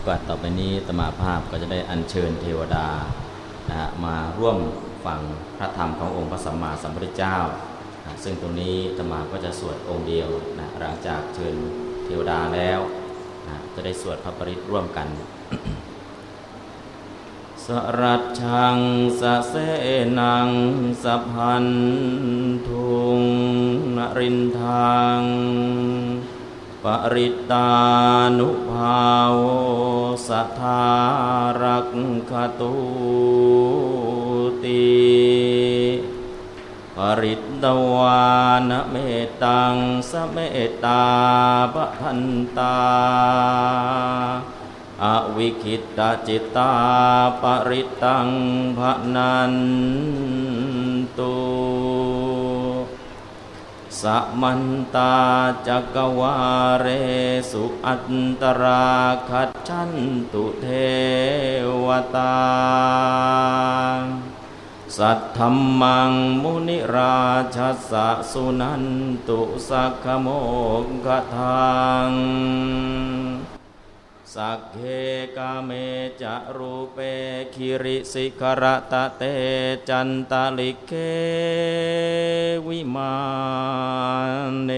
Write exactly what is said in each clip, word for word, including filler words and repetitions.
กาสต่อไปนี้อาตมาภาพก็จะได้อัญเชิญเทวดานะฮะมาร่วมฟังพระธรรมขององค์พระสัมมาสัมพุทธเจ้านะซึ่งตรงนี้อาตมาก็จะสวดองค์เดียวนะหลังจากเชิญเทวดาแล้วนะจะได้สวดพระปริตรร่วมกัน สรัจฉังสะเสนังสัพพันธุงนรินทังปริตานุภาโวสัทธารักขตุติปริตตวานเมตังสเมตาปทันตาอวิคิตตจิตตาปริตังภนันตุสัมมันตาจักวาเรสุอันตราคัจฉันตุเทวตาสัทธัมมังมุนิราชัสสะสุนันตุสักขโมกขทังสักเคกาเมจะรูเปคิริสิกรตะเตจันตลิเกวิมานเน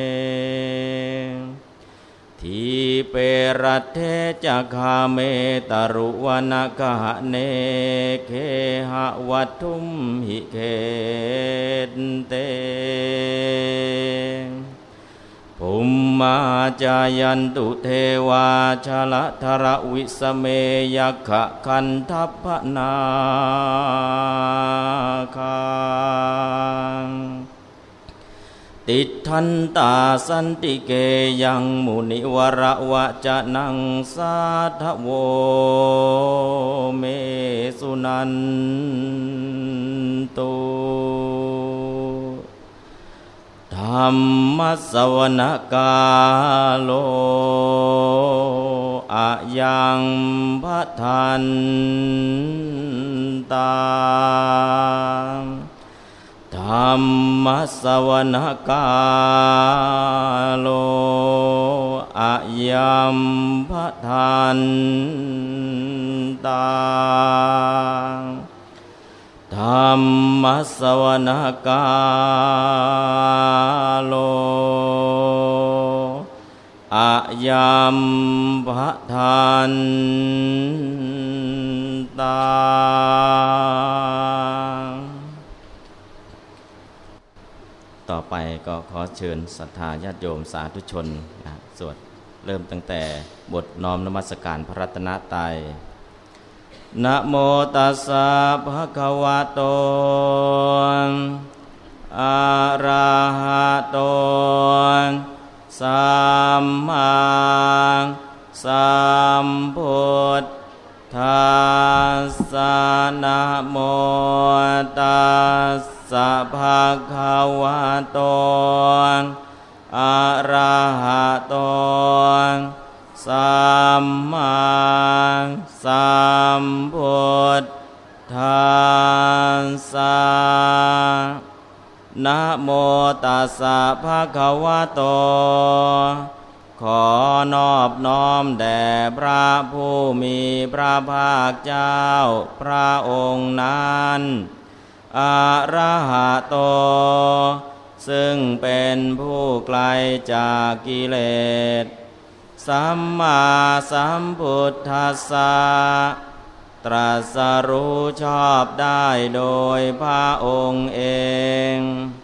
ทีเปรัตเทจักขเมตรุวนกะเนเคหะวัตถุมหิเขตเตภูมิมาจายันตุเทวาชลธรวิสเมยัคขะคันทัพพนาคังติทันตาสันติเกยังมุนิวระวะจะนังสาทโวเมสุนันตุธัมมัสสวณกาโลอะยังพัทันตาธัมมัสสวณกาโลอะยังพัทันตาธัมมัสสวณกาโลอะยัมภทันตาต่อไปก็ขอเชิญศรัทธาญาติโยมสาธุชนนะสวดเริ่มตั้งแต่บทน้อมนมัสการพระรัตนตรัยนะโมตัสสะภะคะวะโตอะระหะโตสัมมาสัมพุทธัสสะนะโมตัสสะภะคะวะโตอะระหะโตสัมมาสัมพุทธัสสะนะโมตัสสะภะคะวะโตขอนอบน้อมแด่พระผู้มีพระภาคเจ้าพระองค์นั้นอะระหะโตซึ่งเป็นผู้ไกลจากกิเลสสัมมาสัมพุทธัสสะตรัสรู้ชอบได้โดยพระองค์เอง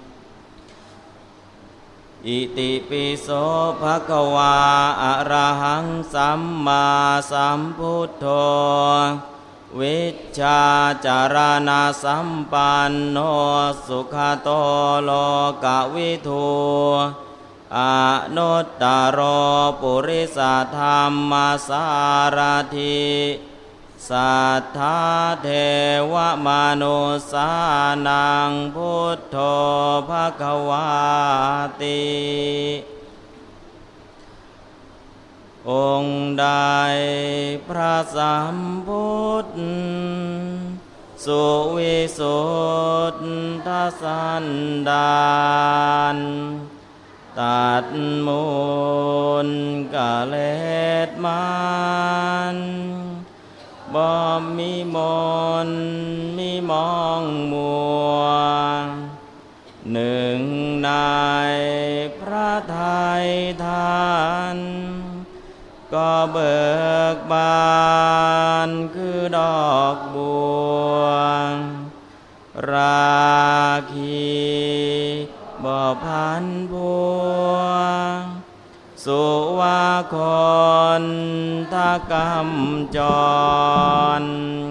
อิติปิโสภะคะวาอะระหังสัมมาสัมพุทโธวิชชาจารณะสัมปันโนสุขโตโลกวิทูอนุตตรปุริสธรรมสารถิสัทธาเทวมนุสานังพุทโธภควาติองค์ใดพระสัมพุทธสุวิสุทธสันดานตัดมูลกะเลสมันบ่มีมนมีมองมัวหนึ่งในพระทัยทานก็เบิกบานคือดอกบัวราคีบ่พันบัวสุวาคนทกำจร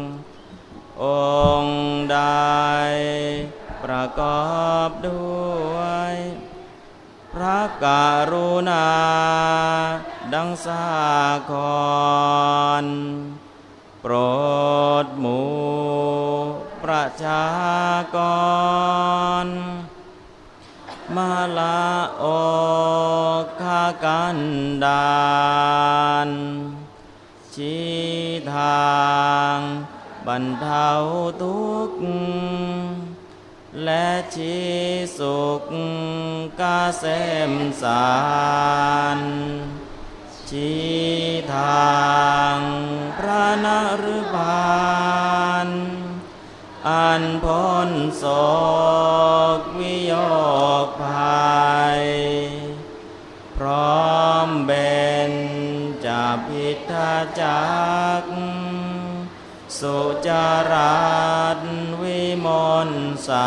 องค์ใดประกอบด้วยพระกรุณาดังสาครโปรดหมู่ประชากรมาละโอกคากันดานชี้ทางบรรเทาทุกข์และชี้สุขกาเสมสารชี้ทางพระนฤบาลอันพ้นโศกวิโยคภัยพร้อมเบญจพิทจักสุจารัตวิมลใส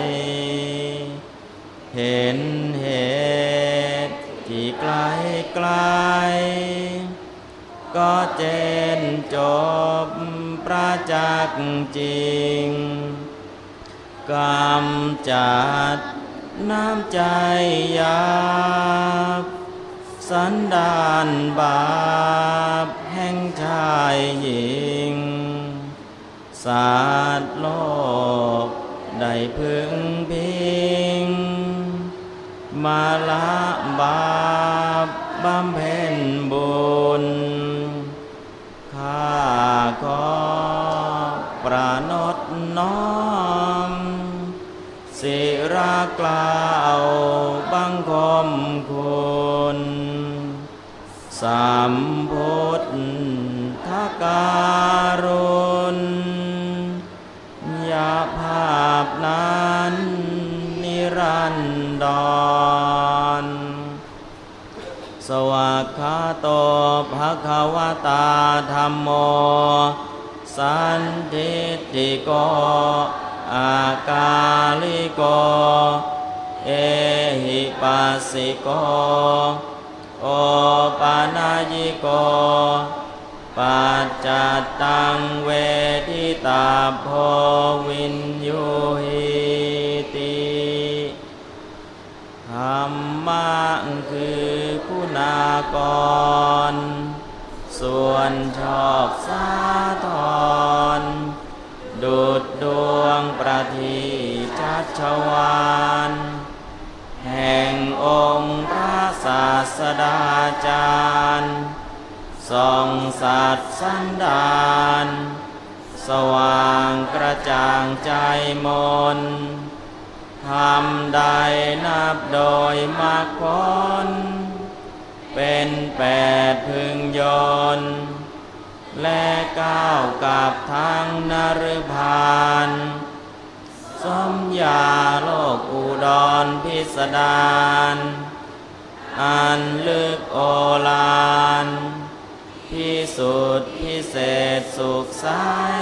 เห็นเหตุที่ไกลไกลก็เจนจบประจักษ์จริงกำจัดน้ำใจหยาบสันดานบาปแห่งชายหญิงสัตว์โลกได้พึงพิงมาละบาปบำเพ็ญบุญข้าขอประนตน้อมศิรากล่าวบังคมคุณสัมพุทธการุณยาภาพนั้นนิรันดรสวากขาโตภควตาธัมโมสันทิฏฐิโกอากาลิโกเอหิปัสสิโกโอปานายิโกปัจจัตตังเวทิตาโพวินยูหิติธรรมะคือคุณากรส่วนชอบสาธรดุจดวงประทีปชัชวาลแห่งองค์พระศาสดาจารย์ส่องสัตว์สันดานสว่างกระจ่างใจมนทำใดนับโดยมรรคผลเป็นแปดพึงยนต์และก้าวกับทางนฤพานสมญาโลกอุดรพิสดารอันลึกโอฬารพิสุทธิพิเศษสุขใส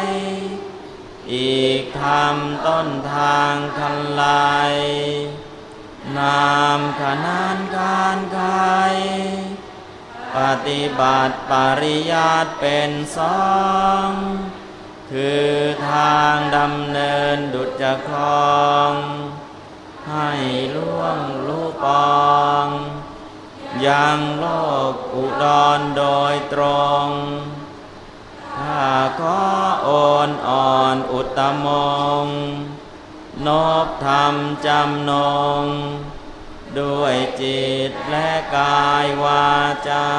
อีกธรรมต้นทางคันไลนามขนานการไขปฏิบัติปริยัติเป็นสองคือทางดำเนินดุจคลองให้ล่วงลุปองยังโลกอุดรโดยตรงข้าขอโอนอ่อนอุตตมงนบธรรมจำนงด้วยจิตและกายวาจา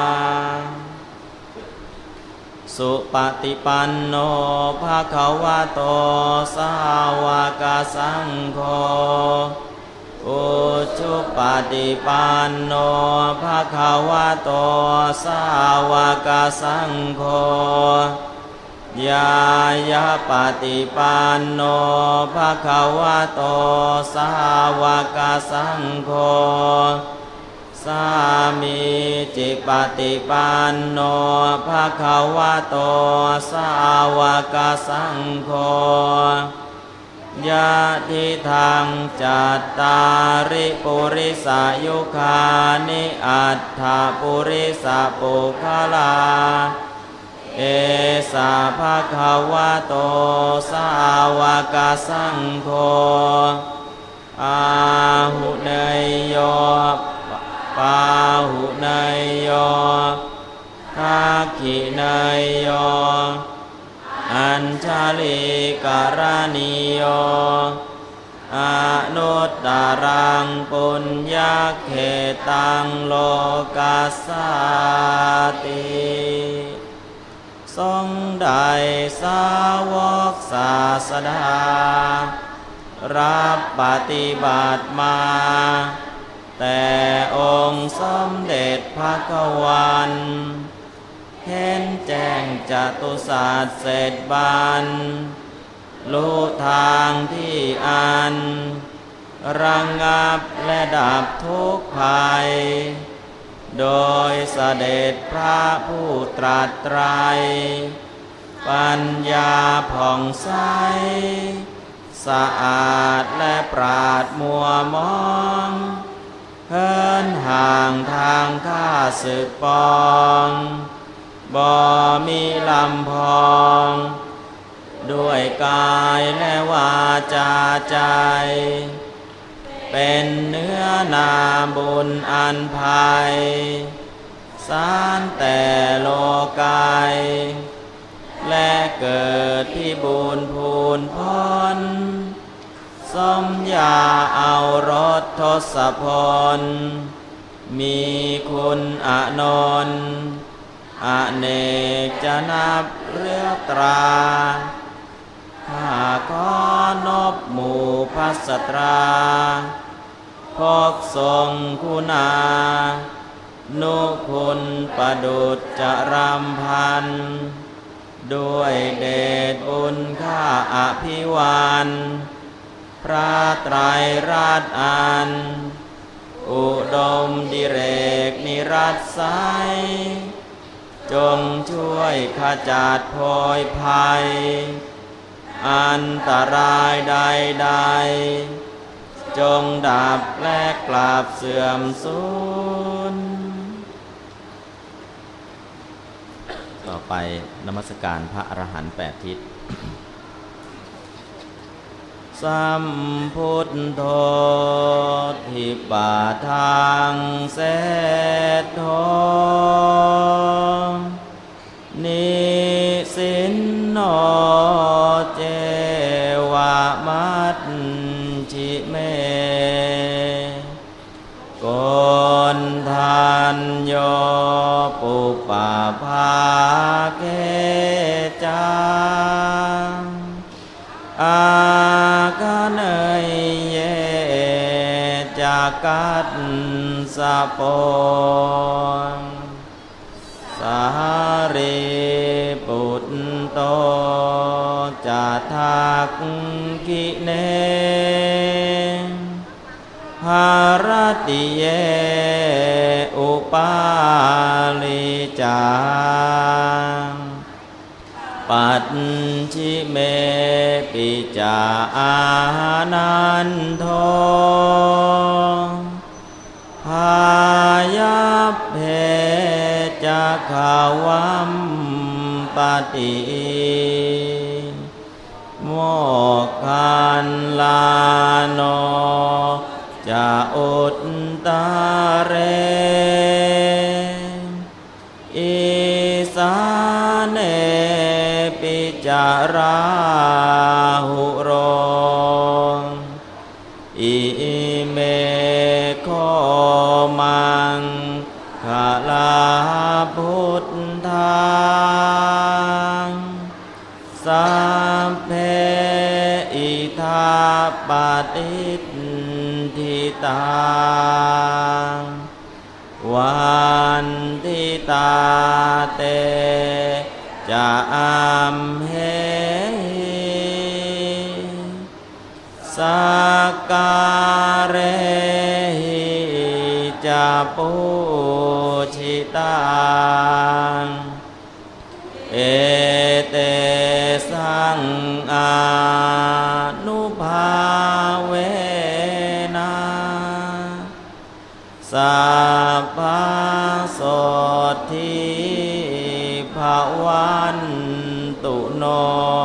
สุปฏิปันโนภควโตสาวกสังโฆอุชุปฏิปันโนภควโตสาวกสังโฆยายาปฏิปันโนภะคะวะโตสาวกสังโฆสามีจิปฏิปันโนภะคะวะโตสาวกสังโฆยะทิทังจัตตาริปุริสายุคานิอัตถปุริสปุคลาเอสาภะคะวะโตสาวกสังโฆอาหุเนยโยปาหุเนยโยทักขิเนยโยอัญชลิกรณีโยอนุตตรังปุญญเขตังโลกัสสติทรงได้สาวกศาสดารับปฏิบัติมาแต่องค์สมเด็จพระกวันเห็นแจ้งจตุศาสตร์เสร็จบานรู้ทางที่อันระงับและดับทุกข์ภัยโดยเสด็จพระผู้ตรัสไตรปัญญาผ่องใสสะอาดและปราดมัวมองเหินห่างทางข้าศึกปองบ่มีลำพองด้วยกายและวาจาใจเป็นเนื้อนาบุญอันภัยสานแต่โลกายและเกิดที่บุญพูนพ้นสมญาเอารสทศพลมีคุณอนนท์อเนกจะนับเรือตราข้าขอนบหมู่พัสตราพกทรงคุณานุคุณประดุจจรำพันด้วยเดชบุญข้าอภิวานพระไตรราชอันอุดมดิเรกนิรัตไสจงช่วยขจัดโพยภัยอันตรายใดๆจงดับและกราบเสื่อมสูญต่อไปนมัสการพระอรหันต์แปดทิศสัมพุทโธทิปาทังเสทโธนิสินโนเจวะมัจฉิเมโกณทัญโยปุปปาภาเกจาอาคะเนยเยจักกัสสะโปสารีปุตโตจะทักขิเนภารติเยอุปาลิจาปัจฉิเมปิจาอานันโทพายาเพจะขาวัมปติโมกขันลาโนจะอุตตะเรอิสาเนปิจาราหุโรอิเมโคมังคลาพุทธังสัพเพอิทาปฏิทิตังวันทิตาเตจะอัมเหสักการเรจะปูชิตังเอเตสังอานุภาเวนะสัพพะโสทิภวันตุโน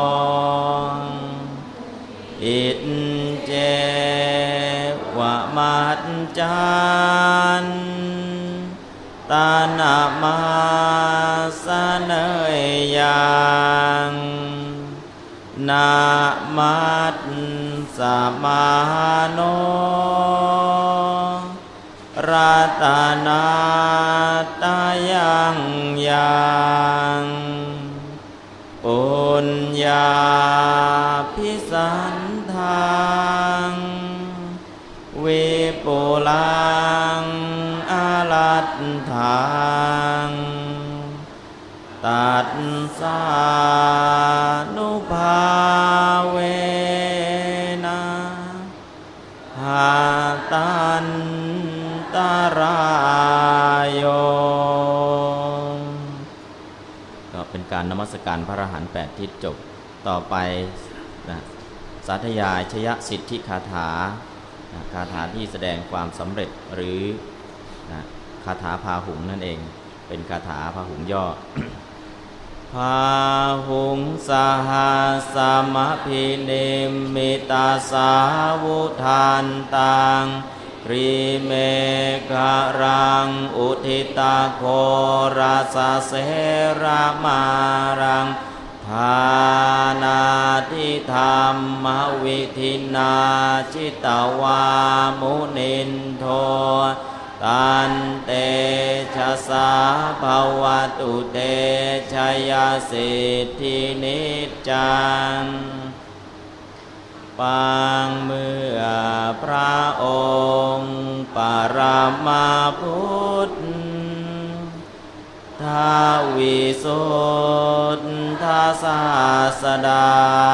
อิจเจวะมัจจันตานามาสเนยยังนามัตสมาโนรัตนาตายังยังปุญญาภิสันทังวิปุลังอาลัตถังตัสสานุภาเวนะหาตันตรายโยก็เป็นการนมัสการพระอรหันต์แปดทิศจบต่อไปนะสาธยายชยสิทธิคาถานะคาถาที่แสดงความสำเร็จหรือนะคาถาพาหุงนั่นเองเป็นคาถาพาหุงย่อ พาหุงสหัสมพินิมมิตาสาวุทานตังครีเมฆรังอุทิตาโคราสเสรามารังทานาทิธรรมวิธินาจิตวามุนินโทตันเตชะสาภวตุเตชยสิทธินิจจังปังเมื่อพระองค์ปรมาพุทธาวิสุทธาศาสดา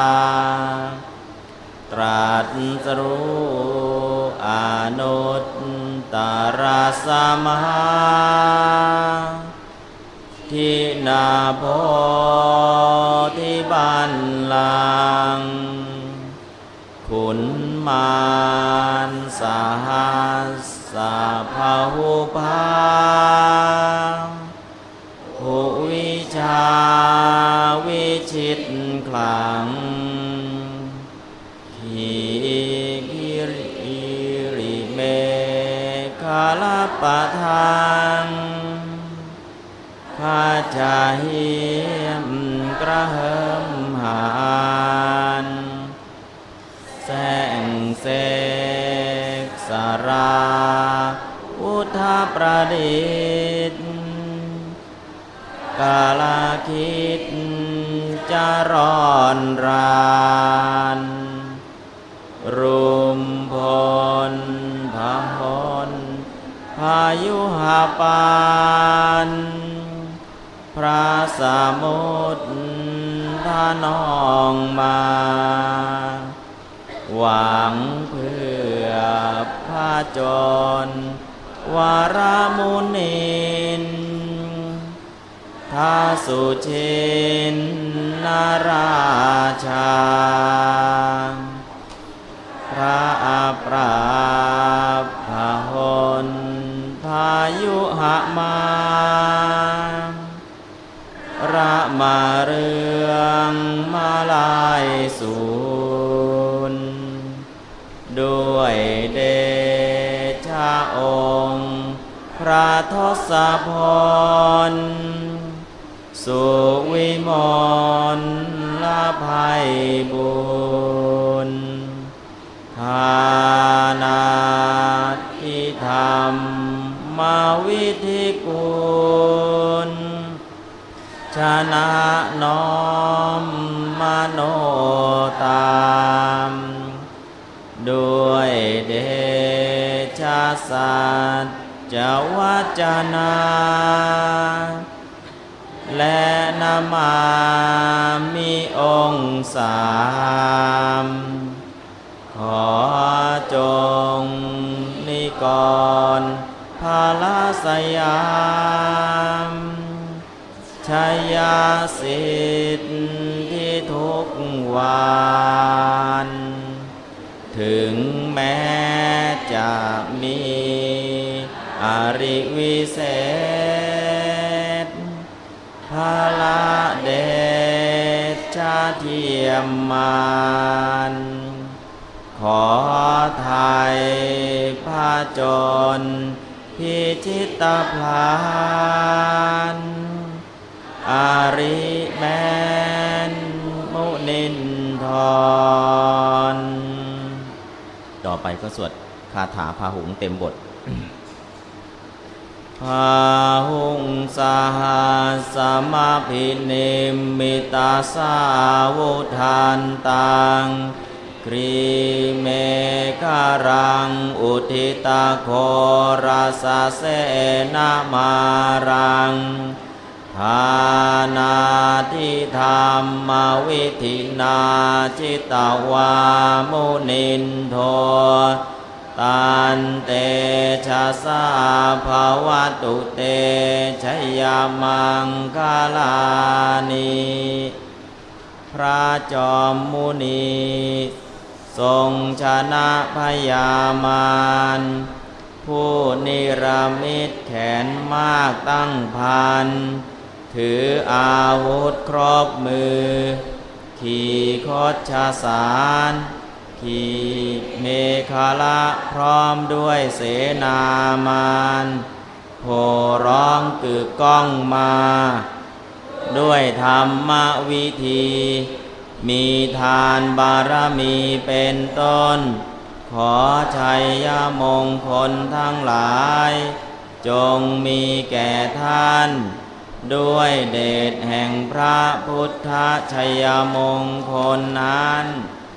ตรัสรู้อนุตตรสัมมาทินาโพธิบัลลังก์ขุนมารสหัสสะพหุภาภูวิชาวิชิตขลังขีกิริเมฆาลปะทังข้าจะเหียมกระเหิมหานแสงเสกสาราอุทาประดิษฐ์กาลคิดจะร้อนรานรุมพลพหลพายุหาปานพระสมุทรทานองมาหวังเพื่อพระจนวรมุนินท้าสุชินนาราชาพระอาปราภหนพายุหมาระมาเรืองมาลายสูนด้วยเดชะองค์พระทศพรสุวิมลละภัยบุญทานาทิธรรมมาวิธิกุลชนะน้อมมโนตามด้วยเดชะสัจจวัจนาและนามามิองค์สามขอจงนิกรภาลสยามชัยยาสิทธิทุกวันถึงแม้จะมีอริวิเศษพระละเดชะเทียมมันขอไทยพระจนพิชิตพลานอาริแมนมุนินทรต่อไปก็สวดคาถาพาหุงเต็มบท พาหุงสหัสสมาภินิมมิตาสาวุทันตังกรีเมฆารังอุทิตาโคราสเสนามารังภานาทิธรรมวิธินาจิตวามุนินโทตันเตชะสาภวตุเตชยามังคลานิพระจอมมุนีทรงชนะพยามารผู้นิรมิตแขนมากตั้งพันถืออาวุธครบมือขี่คดชาสารขี่เมฆาละพร้อมด้วยเสนามารโห่ร้องกึกก้องมาด้วยธรรมวิธีมีทานบารมีเป็นต้นขอชัยยมงคลทั้งหลายจงมีแก่ท่านด้วยเดชแห่งพระพุทธชัยมงคลนั้น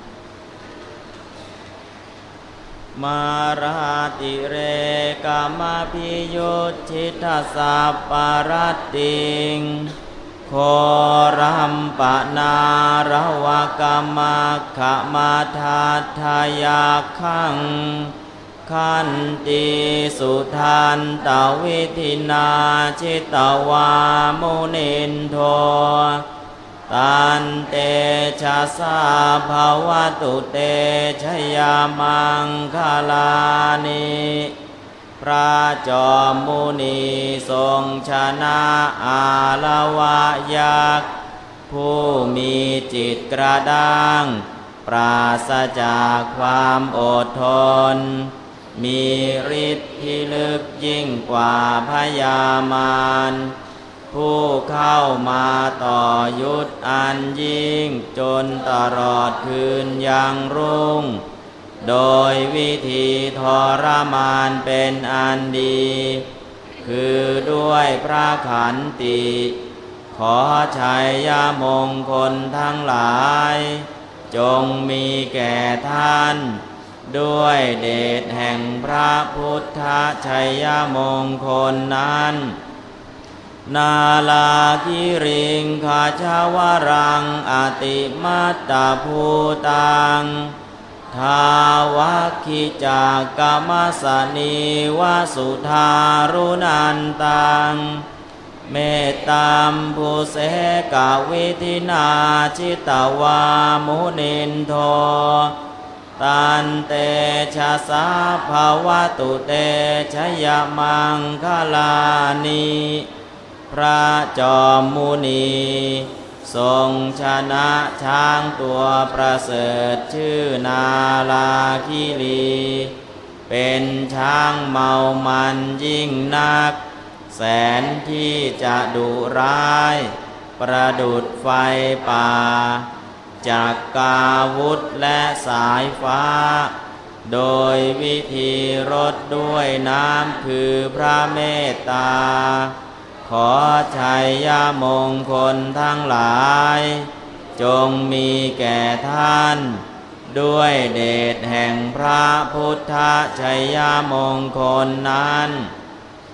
มาราติเรกามพิยุทธิทัสสะปารัตติงโครัมปนาระวะกามาขมาทัทธายาขังขันติสุทันตวิธินาจิตวามุนินโทตันเตชะสาภวตุเตชยามังคลานิพระจอมมุนีทรงชนะอาละวะยักษ์ผู้มีจิตกระด้างปราศจากความอดทนมีฤทธิ์ที่ลึกยิ่งกว่าพยามารผู้เข้ามาต่อยุทธอันยิ่งจนตลอดคืนยังรุ่งโดยวิธีทรมานเป็นอันดีคือด้วยพระขันติขอชัยยมงคลทั้งหลายจงมีแก่ท่านด้วยเดชแห่งพระพุทธชัยมงคลนั้นนาลาคิริงคาชาวรังอติมัตตภูตังทาวคิจากกมัสสนีวสุธารุนันตังเมตตามภูเสกวิธินาจิตวามุนินโทตันเตชะสาภวตุเตชยมังคลานิพระจอมมุนีทรงชนะช้างตัวประเสริฐชื่อนาลาคิรีเป็นช้างเมามันยิ่งนักแสนที่จะดุร้ายประดุจไฟป่าจากกาวุธและสายฟ้าโดยวิธีรดด้วยน้ำคือพระเมตตาขอชัยยมงคลทั้งหลายจงมีแก่ท่านด้วยเดชแห่งพระพุทธชัยยมงคลนั้น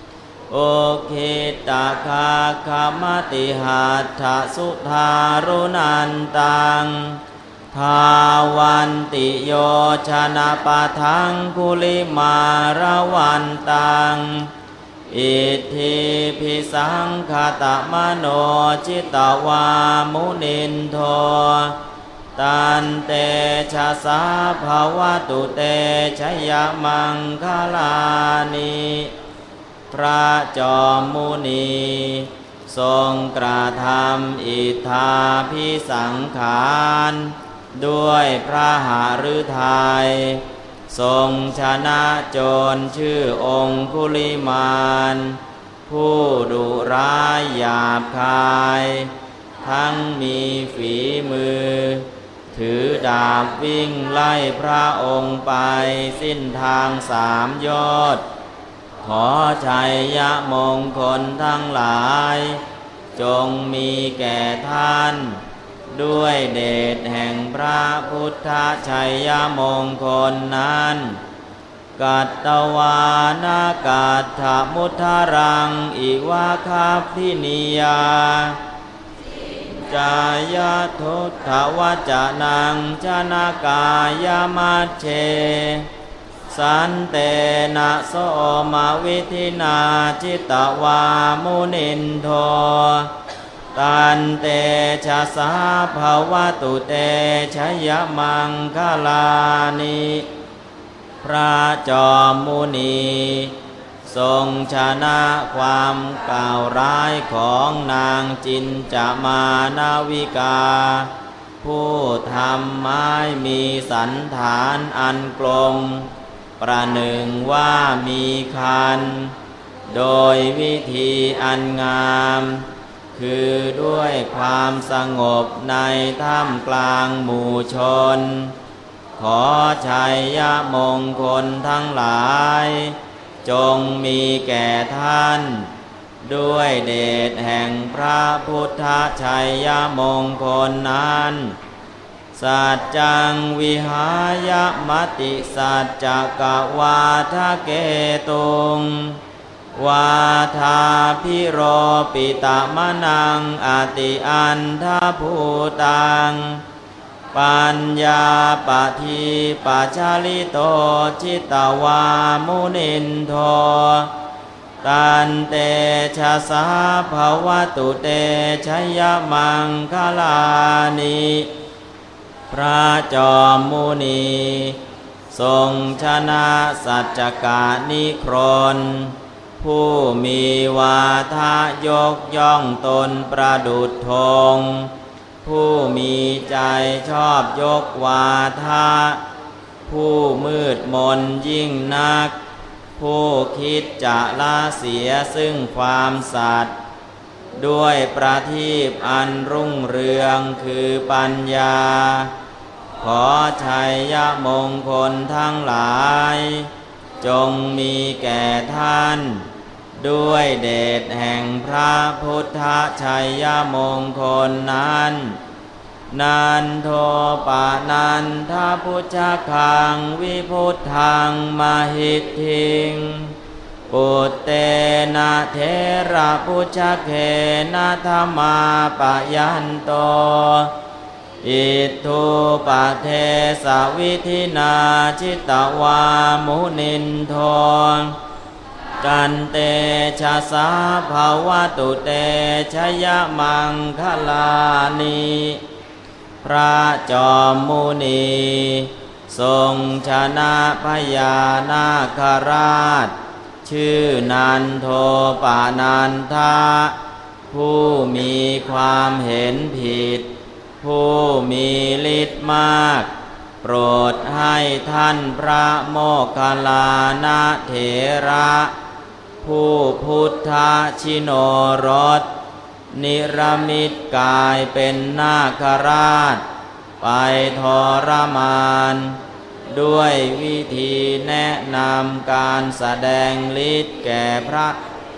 โอคิตาคาคามติหัตถสุธารุนันตังทาวันติโยชนะปะทังคุลิมารวันตังอิทธิพิสังคตมโนจิตวามุนินโทตันเตชะสาภวตุเตชยมังคลานิพระจอมมุนีทรงกระทำอิทธาภิสังขารด้วยพระหฤทัยทรงชนะโจรชื่อองคุลิมานผู้ดุร้ายหยาบคายทั้งมีฝีมือถือดาบวิ่งไล่พระองค์ไปสิ้นทางสามโยชน์ขอชัยยะมงคลทั้งหลายจงมีแก่ท่านด้วยเดชแห่งพระพุทธชัยยมงคลนั้นกัตตวานากัตถมุทธรังอิวาคาพินิยาจายาทุตถวัจนังจนากายมัชเชสันเตนะโสมาวิธินาจิตวามุนินโทตันเตชะสาภวตุเตชยมังคลานิพระจอมมุนีทรงชนะความกล่าวร้ายของนางจินจามานวิกาผู้ทำไม้มีสันฐานอันกลมประหนึ่งว่ามีคันโดยวิธีอันงามคือด้วยความสงบในท่ามกลางหมู่ชนขอชัยยมงคลทั้งหลายจงมีแก่ท่านด้วยเดชแห่งพระพุทธชัยยมงคลนั้นสัจจังวิหายมติสัจจกวาทะเกตุงวาทาพิโรปิตมนังอติอันทภูตังปัญญาปทีปัจจลิโตจิตวามุนินโทตันเตชะสาภวตุเตชยมังคลานิพระจอมมุนีทรงชนะสัจจกานิครนผู้มีวาทะยกย่องตนประดุจธงผู้มีใจชอบยกวาทะผู้มืดมนยิ่งนักผู้คิดจะละเสียซึ่งความสัตย์ด้วยประทีปอันรุ่งเรืองคือปัญญาขอชัยยมงคลทั้งหลายจงมีแก่ท่านด้วยเดชแห่งพระพุทธชัยยมงคลนั้นนันโทปะนันทพุชคังวิพุทธังมหิทธิงปุตเตนะเทระพุชเขนะธรรมาปยันโตอิทุปเทสวิธินาจิตวามุนินโทกันเตชะสาภวตุเตชยมังคลานิพระจอมมุนีทรงชนะพญานาคราชชื่อนันโทปานันทะผู้มีความเห็นผิดผู้มีฤทธิ์มากโปรดให้ท่านพระโมคคัลลานะเถระผู้พุทธชิโนรสนิรมิตกายเป็นนาคราชไปทรมานด้วยวิธีแนะนำการแสดงฤทธิ์แก่พระ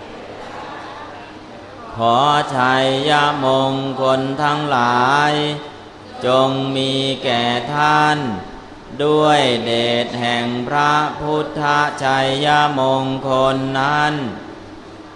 ขอชัยยมงคลทั้งหลายจงมีแก่ท่านด้วยเดชแห่งพระพุทธชัยยมงคลนั้นเ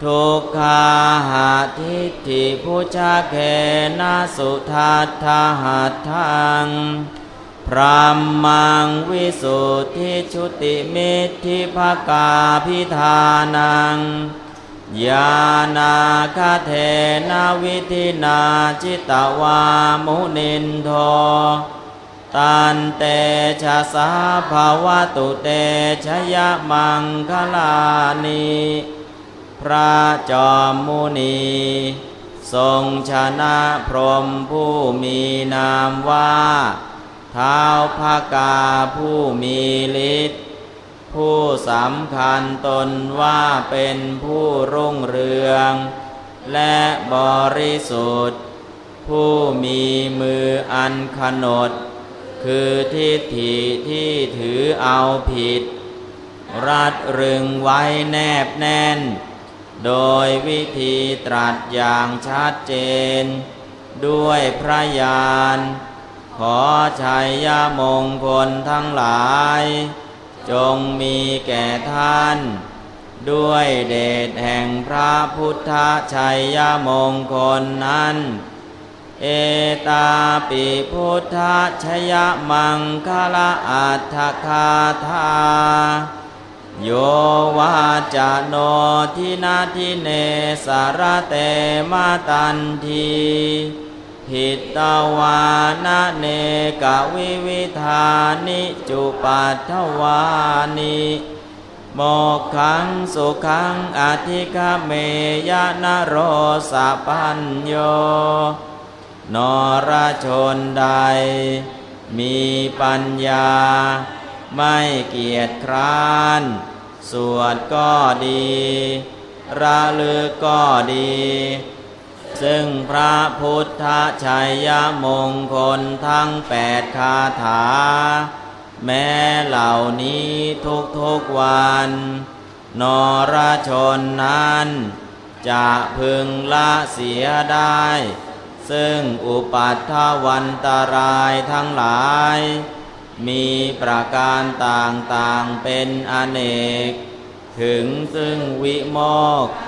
ทุกขาหาทิฏฐิพุชาเขนะสุทัฏฐหัตถังพรามังวิสุทธิชุติมิทธิภกาพิธานังญาณาคเทนะวิธินาจิตวามุนินโทตันเตชะสาภาวตุเตชยมังคลานิพระจอมมุนีทรงชนะพรหมผู้มีนามว่าท้าวภกาผู้มีฤทธิ์ผู้สำคัญตนว่าเป็นผู้รุ่งเรืองและบริสุทธิ์ผู้มีมืออันขนดคือทิฏฐิที่ถือเอาผิดรัดรึงไว้แนบแน่นโดยวิธีตรัสอย่างชัดเจนด้วยพระญาณขอชัยยมงคลทั้งหลายจงมีแก่ท่านด้วยเดชแห่งพระพุทธชัยยมงคลนั้นเอตาปิพุทธชยมังคลอัตถคาถาโยวาจโนทินาทิเนสารเตมาตันทีหิตตวานะเนกวิวิธานิจุปัฏฐวานิโมกขังสุขังอธิคเมยนโรสะปัญโยนรชนใดมีปัญญาไม่เกียจคร้านสวดก็ดีระลึกก็ดีซึ่งพระพุทธชัยยมงคลทั้งแปดคาถาแม้เหล่านี้ทุกๆวันนรชนนั้นจะพึงละเสียได้ซึ่งอุปัฏฐวันตรายทั้งหลายมีประการต่างๆเป็นอเนกถึงซึ่งวิโมกข์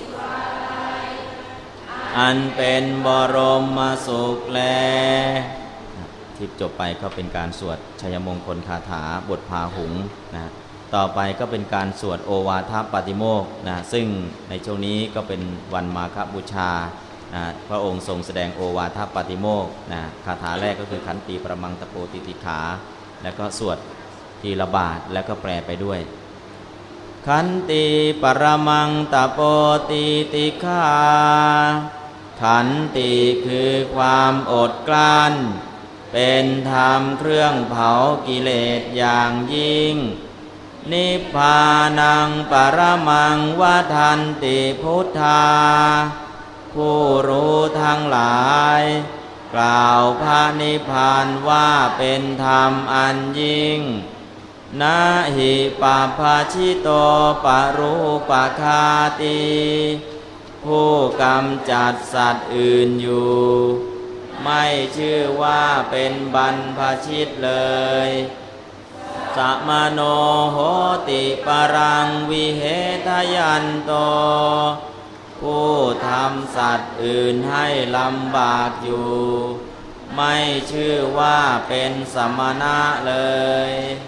อันเป็นบรมสุขแลที่จบไปก็เป็นการสวดชัยมงคลคาถาบทพาหุงนะต่อไปก็เป็นการสวดโอวาทปาติโมกข์นะซึ่งในช่วงนี้ก็เป็นวันมาฆบูชานะพระองค์ทรงแสดงโอวาทปาติโมกข์นะคาถาแรกก็คือขันติประมังตะโปติติขาแล้วก็สวดทีละบาทแล้วก็แปลไปด้วยขันติปรมังตะโปติติขาขันติคือความอดกลั้นเป็นธรรมเครื่องเผากิเลสอย่างยิ่งนิพพานังปรมังวทันติพุทธาผู้รู้ทั้งหลายกล่าวพระนิพพานว่าเป็นธรรมอันยิ่งนะหิปาภาชิโตปรูปคาติผู้กำจัดสัตว์อื่นอยู่ไม่ชื่อว่าเป็นบรรพชิตเลยสัมโนโหติปรังวิเหทยันโตผู้ทำสัตว์อื่นให้ลำบากอยู่ไม่ชื่อว่าเป็นสมณะเลย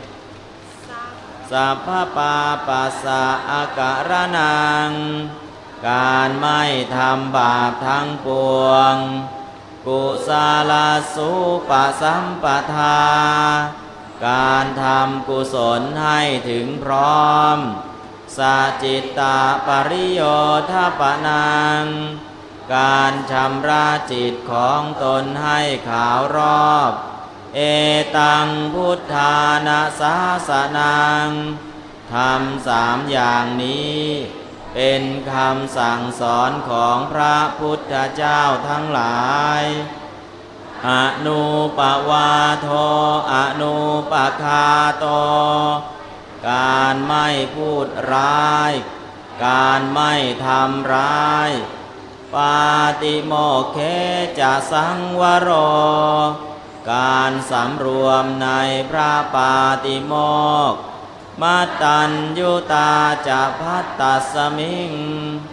สัพพปาปัสสะอาการนังการไม่ทำบาปทั้งปวงกุศลสุปสัมปทาการทำกุศลให้ถึงพร้อมสัจจิตตปริโยทปนังการชำระจิตของตนให้ขาวรอบเอตังพุทธานาสาสนังทำสามอย่างนี้เป็นคำสั่งสอนของพระพุทธเจ้าทั้งหลายอนุปวาโทอนุปคาโตการไม่พูดร้ายการไม่ทำร้ายปาติโมกเขจะสังวโรการสำรวมในพระปาติโมกข์มัตตัญญุตาจะพัตตัสสมิง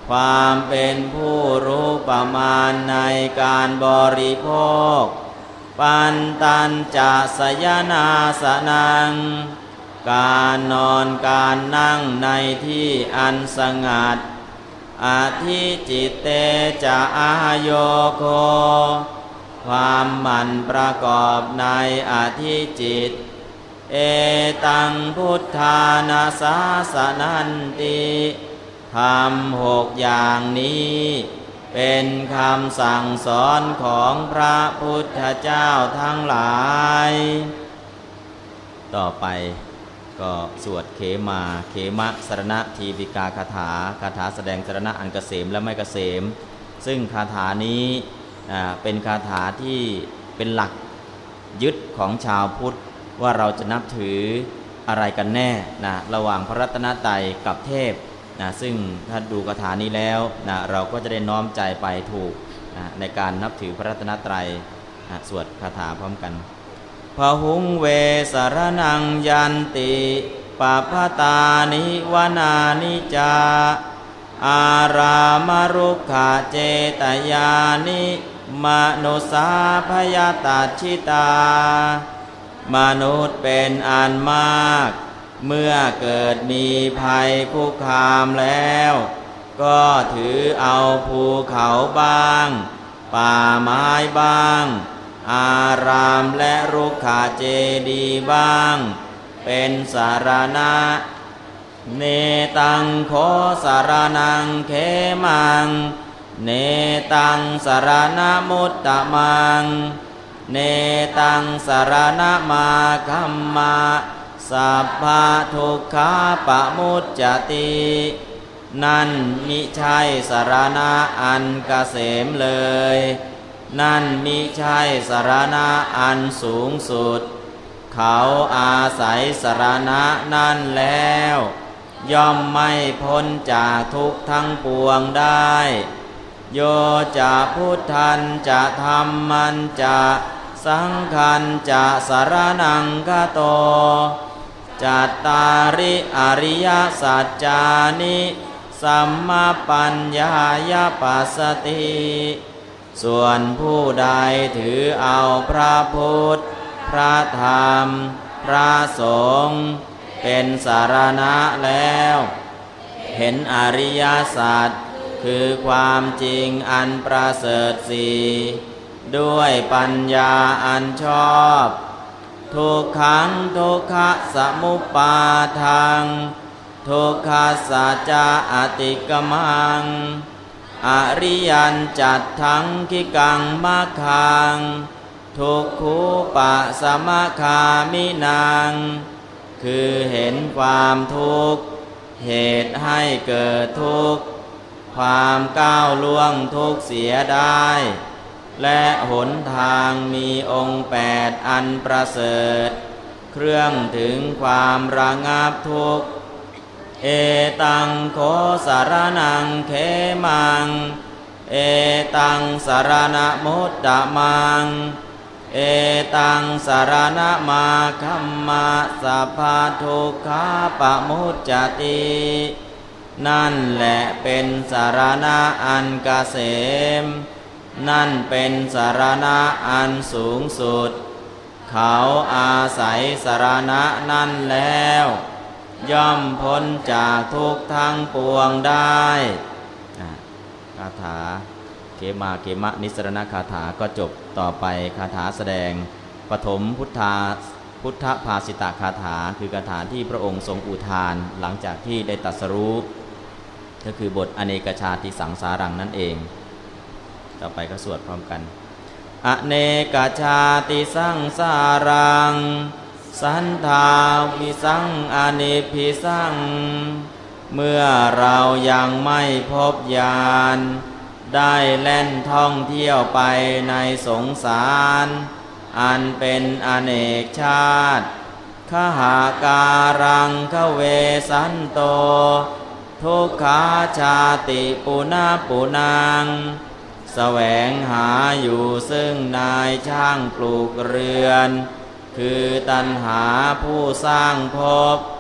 ความเป็นผู้รู้ประมาณในการบริโภคปันตัญจะสยนาสนังการนอนการนั่งในที่อันสงัดอธิจิตเตจะอาโยโคความหมั่นประกอบในอธิจิตเอตังพุทธานาสาสนันติธรรมหกอย่างนี้เป็นคำสั่งสอนของพระพุทธเจ้าทั้งหลายต่อไปก็สวดเขมาเขมะสรณทีปิกาคาถาคาถาแสดงสรณะอันเกษมและไม่เกษมซึ่งคาถานี้เป็นคาถาที่เป็นหลักยึดของชาวพุทธว่าเราจะนับถืออะไรกันแน่นะระหว่างพระรัตนตรัยกับเทพนะซึ่งถ้าดูคาถานี้แล้วนะเราก็จะได้น้อมใจไปถูกนะในการนับถือพระรัตนตรัยนะสวดคาถาพร้อมกันพหุงเวสรนังยันติปปตานิวนานิจาอารามรุขะเจตยานิมนุสาพยตัชชิตามนุษย์เป็นอันมากเมื่อเกิดมีภัยคุกคามแล้วก็ถือเอาภูเขาบ้างป่าไม้บ้างอารามและรุกขเจดีย์บ้างเป็นสารณะเนตังโคสารนังเขมังเนตังสารณมุตตมังเนตังสารณมาคัมมาสัพพะทุกขาปะมุจจตินั่นมิใช่สารณะอันเกษมเลยนั่นมิใช่สารณะอันสูงสุดเขาอาศัยสารณะนั่นแล้วย่อมไม่พ้นจากทุกข์ทั้งปวงได้โยจะพุทธันจะธรรมันจะสังฆันจะสารนังคโตจัตตาริอริยสัจจานิสัมมาปัญญายปัสสติส่วนผู้ใดถือเอาพระพุทธพระธรรมพระสงฆ์เป็นสารณะแล้วเห็นอริยสัจคือความจริงอันประเสริฐสี่ด้วยปัญญาอันชอบทุกขังทุกขสมุปาทังทุกขสัจจะอติกมังอริยันจัดทั้งคิกังมัคคังทุกขุปะสมะคามินังคือเห็นความทุกข์เหตุให้เกิดทุกข์ความก้าวล่วงทุกข์เสียได้และหนทางมีองค์แปดอันประเสริฐเครื่องถึงความระงับทุกข์เอตังโคสารนังเขมังเอตังสารณมุตตมังเอตังสารณมาคัมมาสัพพะทุกขาปะมุจจตินั่นแหละเป็นสารณะอันเกษมนั่นเป็นสารณะอันสูงสุดเขาอาศัยสารณะนั่นแล้วย่อมพ้นจากทุกข์ทั้งปวงได้คาถาเขมาเขมะนิสรณคาถาก็จบต่อไปคาถาแสดงปฐมพุทธาพุทธภาสิตคาถาคือคาถาที่พระองค์ทรงอุทานหลังจากที่ได้ตรัสรู้ก็คือบทอเนกชาติสังสารังนั่นเองต่อไปก็สวดพร้อมกันอเนกชาติสังสารังสันทาวิสังอเนพิสังเมื่อเรายังไม่พบญาณได้แล่นท่องเที่ยวไปในสงสารอันเป็นอเนกชาติขหาการังขเวสันโตทุกขาชาติปุนาปุนังแสวงหาอยู่ซึ่งนายช่างปลูกเรือนคือตัณหาผู้สร้างภพ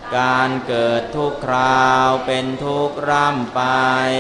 การเกิดทุกคราวเป็นทุกข์ร่ำไป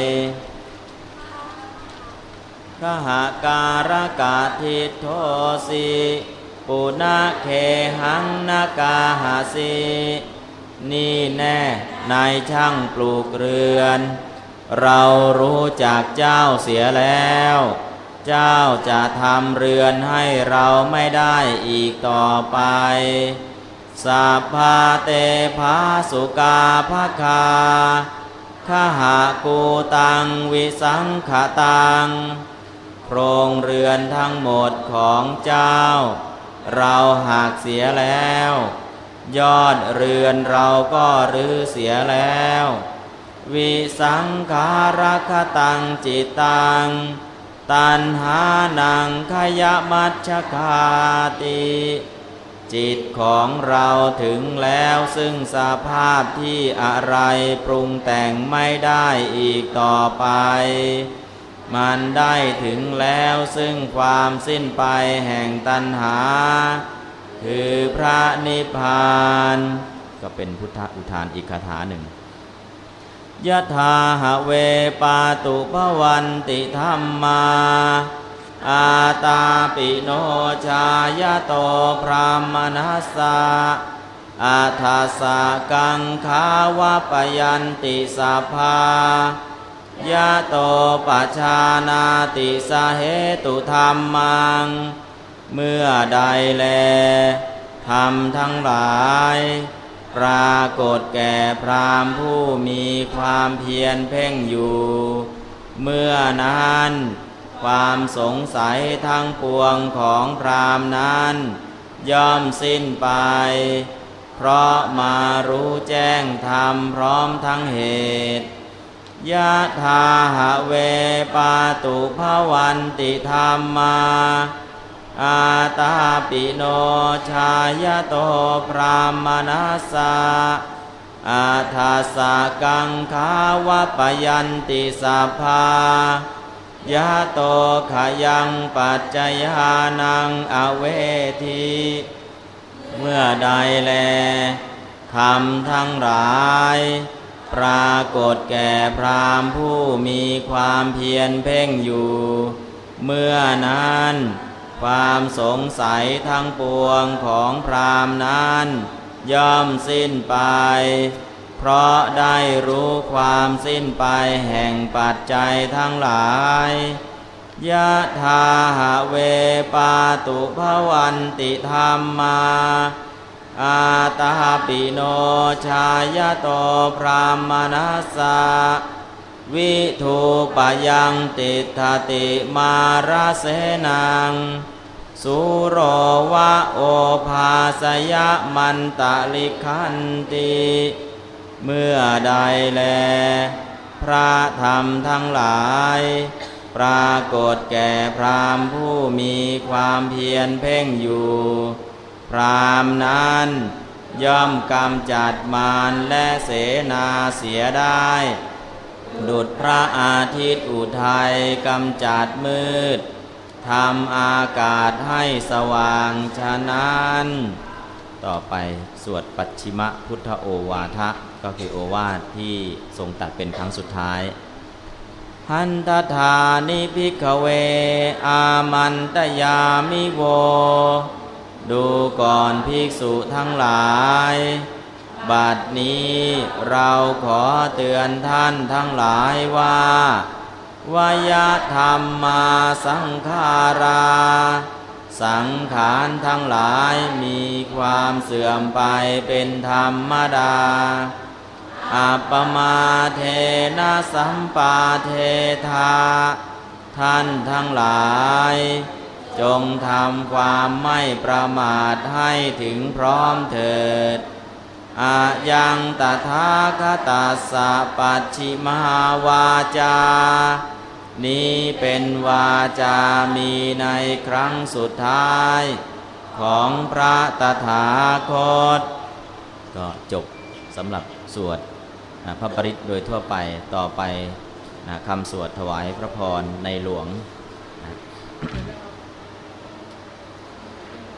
ขหาการกาทิโทสิปุณะเคหังนากาหาสินี่แน่นายช่างปลูกเรือนเรารู้จักเจ้าเสียแล้วเจ้าจะทำเรือนให้เราไม่ได้อีกต่อไปสัพพะเตภาสุกาภคาขหากูตังวิสังขตังโครงเรือนทั้งหมดของเจ้าเราหักเสียแล้วยอดเรือนเราก็รื้อเสียแล้ววิสังขารคตังจิตตังตัณหานังขยมัชฌคาติจิตของเราถึงแล้วซึ่งสภาพที่อะไรปรุงแต่งไม่ได้อีกต่อไปมันได้ถึงแล้วซึ่งความสิ้นไปแห่งตัณหาคือพระนิพพานก็เป็นพุทธอุทานอีกคาถาหนึ่งยะถาหะเวปาตุภวันติธัมมาอาตาปิโนชายะโตพรามนัสสะอาทัสสะกังขาวะปยันติสัพพายะโตปัจฉานาติสาเหตุธัมมังเมื่อใดแลธรรมทั้งหลายปรากฏแก่พราหมณ์ผู้มีความเพียรเพ่งอยู่เมื่อนั้นความสงสัยทั้งปวงของพราหมณ์นั้นย่อมสิ้นไปเพราะมารู้แจ้งธรรมพร้อมทั้งเหตุยะถาหะเวปาตุภวันติธัมมาอาตาปิโนชายะโตพรามนัสสะอาทัสสะกังขาวะปยันติสัพพายะโตขยังปัจจยานังอเวทิเมื่อใดแลธรรมทั้งหลายปรากฏแก่พราหมณ์ผู้มีความเพียรเพ่งอยู่เมื่อนั้นความสงสัยทั้งปวงของพราหมณ์นั้นย่อมสิ้นไปเพราะได้รู้ความสิ้นไปแห่งปัจจัยทั้งหลายยะถาหะเวปาตุภวันติธัมมาอาตาปิโนชายะโตพรามนัสสะวิทูปยังติทติมาราเสนังสุโรวะโอภาสยมันตะลิขันติเมื่อใดแลพระธรรมทั้งหลายปรากฏแก่พราหมณ์ผู้มีความเพียรเพ่งอยู่พราหมณ์นั้นย่อมกำจัดมารและเสนาเสียได้ดุจพระอาทิตย์อุทัยกำจัดมืดทำอากาศให้สว่างฉะนั้นต่อไปสวดปัจฉิมพุทธโอวาทะก็คือโอวาทที่ทรงตรัสเป็นครั้งสุดท้ายหันตถานิภิกขเวอามันตยามิโวดูก่อนภิกษุทั้งหลายบัดนี้เราขอเตือนท่านทั้งหลายว่าวายธรรมมาสังขาราสังขารทั้งหลายมีความเสื่อมไปเป็นธรรมดาอัปปมาเทนะสัมปาเทธาท่านทั้งหลายจงทำความไม่ประมาทให้ถึงพร้อมเถิดอายังตถาคตัสสะปัจฉิมาวาจานี้เป็นวาจามีในครั้งสุดท้ายของพระตถาคตก็จบสำหรับสวดพระปริตรโดยทั่วไปต่อไปคำสวดถวายพระพรในหลวง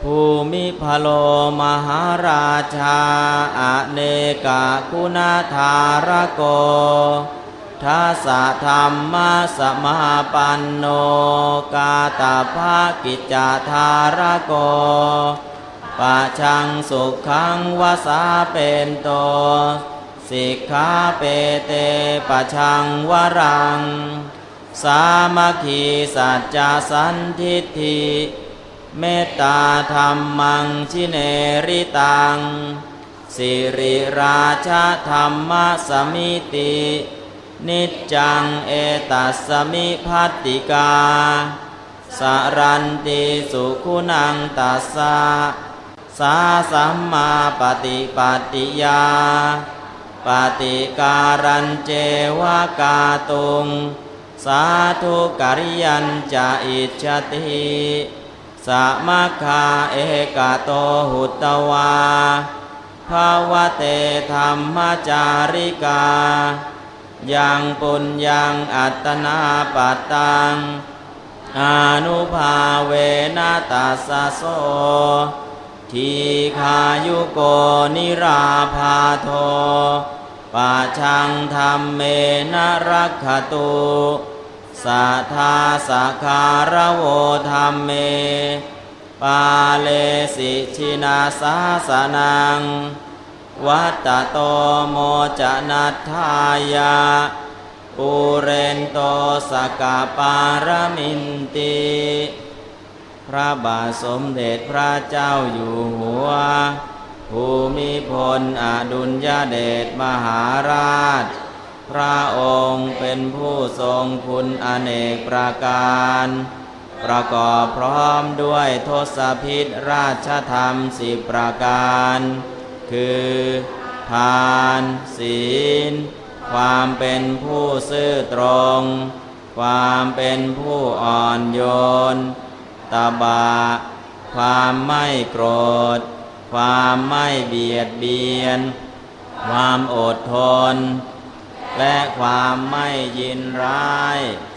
ภูมิพโลมหาราชาอเนกคุณาธารโกทัสสะธรรมะสมาปันโนกาตาภากิจจธารโกปะชังสุขังวสาเป็นโตสิกขาเปเตปะชังวรังสามัคคีสัจจะสันทิฏฐิเมตตาธรรมังชิเนริตังสิริราชธรรมสมิตินิจจังเอตัสสมิภัตติกาสรันติสุขุนังตัสสะสาสัมมาปฏิปัตติยาปฏิการันเจวกาตุงสาธุกริยัญจะอิจฉติสัมมาคาเอกโตหุตวาภาวเตธรรมจาริกายังปุญญังอัตตนาปัตตังอานุภาเวนะตัสสะโสทีฆายุโกนิราภาโทปะชังธรรมเมนะรักขตุสัทธาสัคคารโวธรรมเมปาเลสิชินาสาสนังวัตตโตโมจนัตถายาปุเรนโตสกปารมินติพระบาทสมเด็จพระเจ้าอยู่หัวภูมิพลอดุลยเดชมหาราชพระองค์เป็นผู้ทรงคุณอเนกประการประกอบพร้อมด้วยทศพิธราชธรรมสิบประการคือทานศีลความเป็นผู้ซื่อตรงความเป็นผู้อ่อนโยนตบะความไม่โกรธความไม่เบียดเบียนความอดทนและความไม่ยินร้าย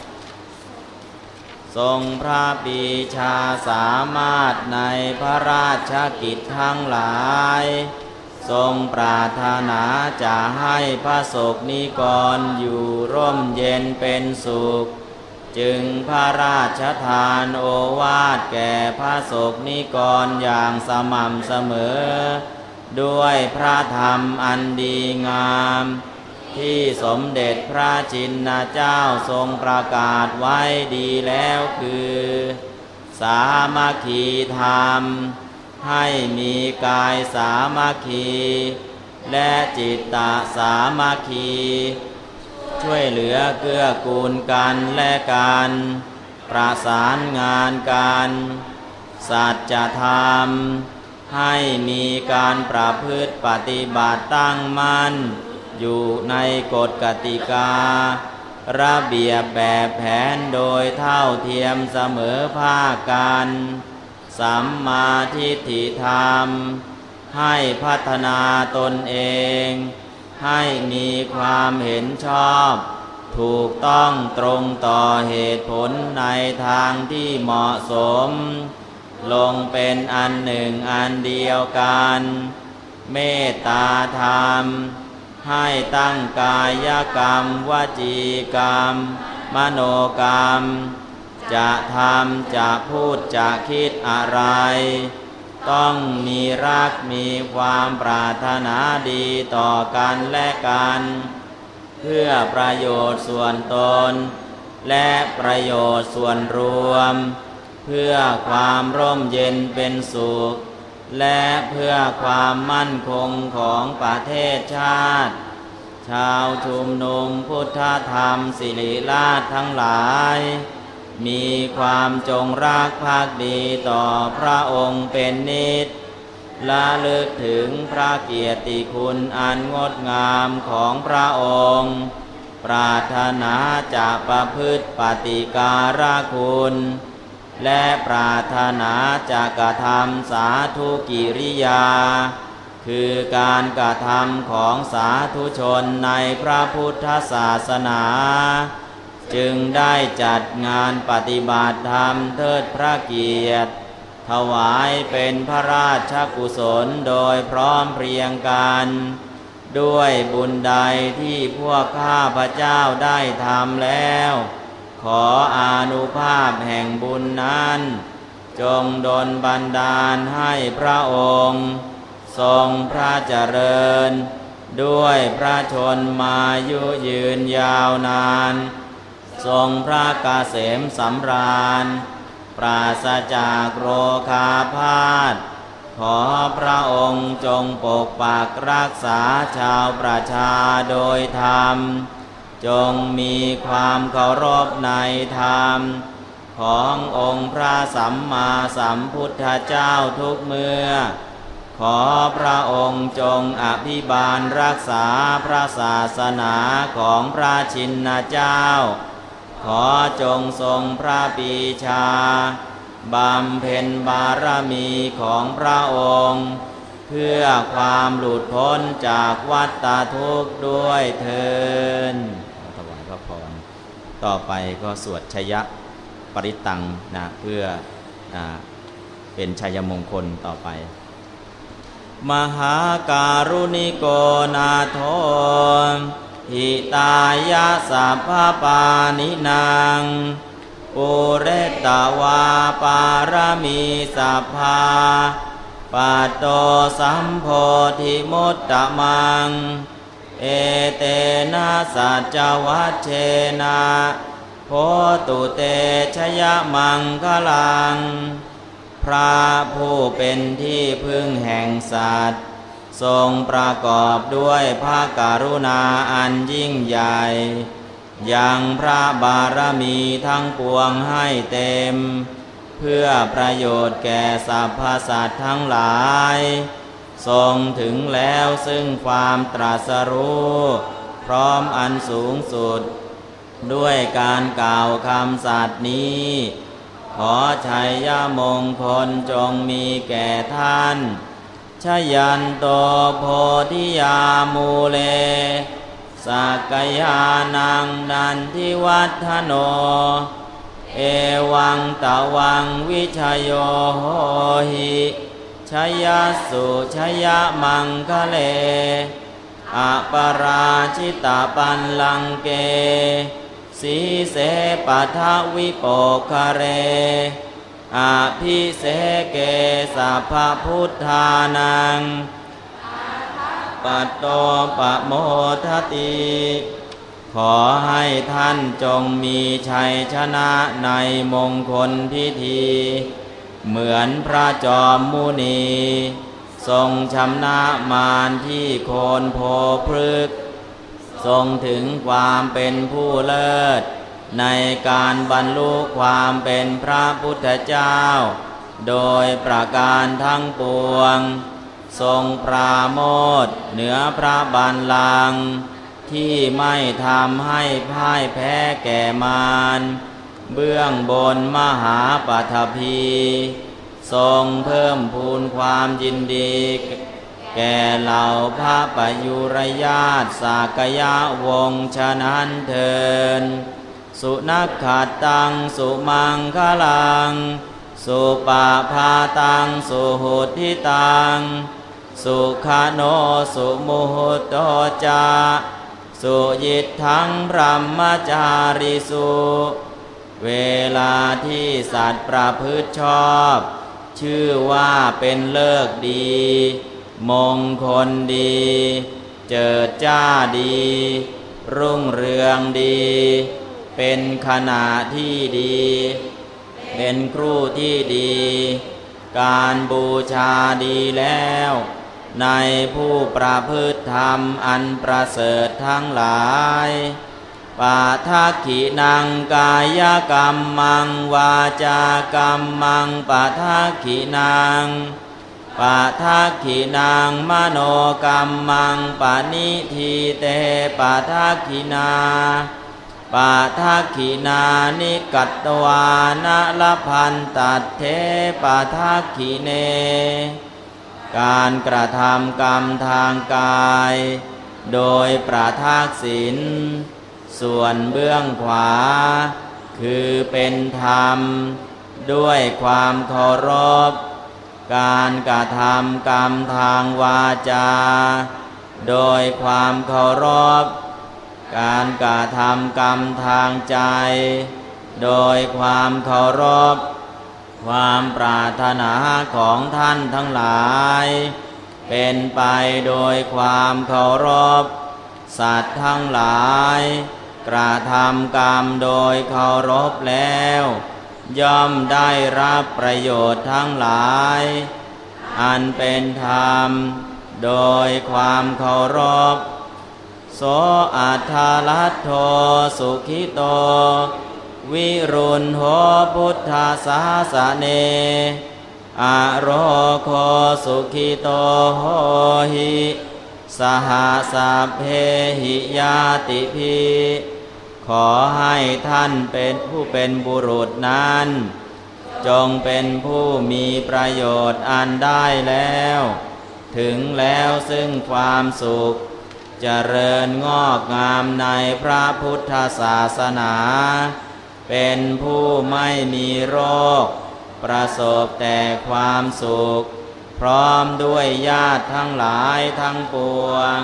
ทรงพระปรีชาสามารถในพระราชกิจทั้งหลายทรงปรารถนาจะให้พระสงฆ์นิกรอยู่ร่มเย็นเป็นสุขจึงพระราชทานโอวาทแก่พระสงฆ์นิกรอย่างสม่ำเสมอด้วยพระธรรมอันดีงามที่สมเด็จพระจินเจ้าทรงประกาศไว้ดีแล้วคือสามัคคีธรรมให้มีกายสามัคคีและจิตตสามัคคีช่วยเหลือเกื้อกูลกันและกันประสานงานกันสัจธรรมให้มีการประพฤติปฏิบัติตั้งมั่นอยู่ในกฎกติการะเบียบแบบแผนโดยเท่าเทียมเสมอภาคกันสัมมาทิฏฐิธรรมให้พัฒนาตนเองให้มีความเห็นชอบถูกต้องตรงต่อเหตุผลในทางที่เหมาะสมลงเป็นอันหนึ่งอันเดียวกันเมตตาธรรมให้ตั้งกายกรรมวจีกรรมมโนกรรมจะทำจะพูดจะคิดอะไรต้องมีรักมีความปรารถนาดีต่อกันและกันเพื่อประโยชน์ส่วนตนและประโยชน์ส่วนรวมเพื่อความร่มเย็นเป็นสุขและเพื่อความมั่นคงของประเทศชาติชาวชุมนุมพุทธธรรมศิริราชทั้งหลายมีความจงรักภักดีต่อพระองค์เป็นนิจระลึกถึงพระเกียรติคุณอันงดงามของพระองค์ปรารถนาจะประพฤติปฏิการคุณและปรารถนาจะกระทำสาธุกิริยาคือการกระทำของสาธุชนในพระพุทธศาสนาจึงได้จัดงานปฏิบัติธรรมเทิดพระเกียรติถวายเป็นพระราชกุศลโดยพร้อมเพรียงกันด้วยบุญใดที่พวกข้าพเจ้าได้ทำแล้วขออานุภาพแห่งบุญนั้นจงดลบันดาลให้พระองค์ทรงพระเจริญด้วยพระชนมายุยืนยาวนานทรงพระเกษมสำราญปราศจากโรคาพาธขอพระองค์จงปกปักรักษาชาวประชาโดยธรรมจงมีความเคารพในธรรมขององค์พระสัมมาสัมพุทธเจ้าทุกเมื่อขอพระองค์จงอภิบาลรักษาพระศาสนาของพระชินเจ้าขอจงทรงพระปรีชาบำเพ็ญบารมีของพระองค์เพื่อความหลุดพ้นจากวัฏฏทุกข์ด้วยเถิดถวายพระพรต่อไปก็สวดชยปริตังนะเพื่อนะเป็นชัยมงคลต่อไปมหาการุณิโกนาโถหิตายะสัพพปานินางปุเรตวาปารมีสัพพาปัตโตสัมโพธิมุตตมังเอเตนะสัจจวัชเชนะโพตุเตชยมังคลังพระผู้เป็นที่พึ่งแห่งสัตว์ทรงประกอบด้วยพระกรุณาอันยิ่งใหญ่ยังพระบารมีทั้งปวงให้เต็มเพื่อประโยชน์แก่สรรพสัตว์ทั้งหลายทรงถึงแล้วซึ่งความตรัสรู้พร้อมอันสูงสุดด้วยการกล่าวคำสัตย์นี้ขอชัยยมงคลจงมีแก่ท่านชยันโตโพธิยามูเลสักยานังนันทิวัฒโนเอวังตะวังวิชโยโหหิชยัสสุชยมังคะเลอปราชิตาปันลังเกสีเสปัทวิโปคะเรอภิเสเกสัพพพุทธานังปัตโตปะโมทติขอให้ท่านจงมีชัยชนะในมงคลพิธีเหมือนพระจอมมุนีทรงชำนะมารที่โคนโพพฤกษ์ทรงถึงความเป็นผู้เลิศในการบรรลุความเป็นพระพุทธเจ้าโดยประการทั้งปวงทรงปราโมทย์เหนือพระบัลลังก์ที่ไม่ทำให้พ่ายแพ้แก่มารเบื้องบนมหาปฐพีทรงเพิ่มพูนความยินดีแก่เหล่าพระปยุรญาติสากยะวงศ์ฉะนั้นเถิดสุนักขัดตังสุมังคลังสุปาพาตังสุหุทิตังสุขโนสุมุหุตโตจาสุยิตทังพรหมจาริสุเวลาที่สัตว์ประพฤติชอบชื่อว่าเป็นเลิกดีมงคลดีเจิดจ้าดีรุ่งเรืองดีเป็นขณะที่ดีเป็นครูที่ดีการบูชาดีแล้วในผู้ประพฤติธรรมอันประเสริฐทั้งหลายปาทักขินังกายกรรมังวาจากรรมังปาทักขินังปาทักขินังมโนกรรมังปณิทีเตปาทักขินาปาทักขินานิกัตตวานะละพันตัดเทปาทักขิเนการกระทำกรรมทางกายโดยประทักษิณส่วนเบื้องขวาคือเป็นธรรมด้วยความเคารพการกระทำกรรมทางวาจาโดยความเคารพการกระทำกรรมทางใจโดยความเคารพความปรารถนาของท่านทั้งหลายเป็นไปโดยความเคารพสัตว์ทั้งหลายกระทำกรรมโดยเคารพแล้วย่อมได้รับประโยชน์ทั้งหลายอันเป็นธรรมโดยความเคารพโสอัฏฐลัทโธสุขิโตวิรุณโหพุทธศาสเนอโรโคสุขิโตโหหิสหสัพเพหิยาติภิขอให้ท่านเป็นผู้เป็นบุรุษนั้นจงเป็นผู้มีประโยชน์อันได้แล้วถึงแล้วซึ่งความสุขเจริญงอกงามในพระพุทธศาสนาเป็นผู้ไม่มีโรคประสบแต่ความสุขพร้อมด้วยญาติทั้งหลายทั้งปวง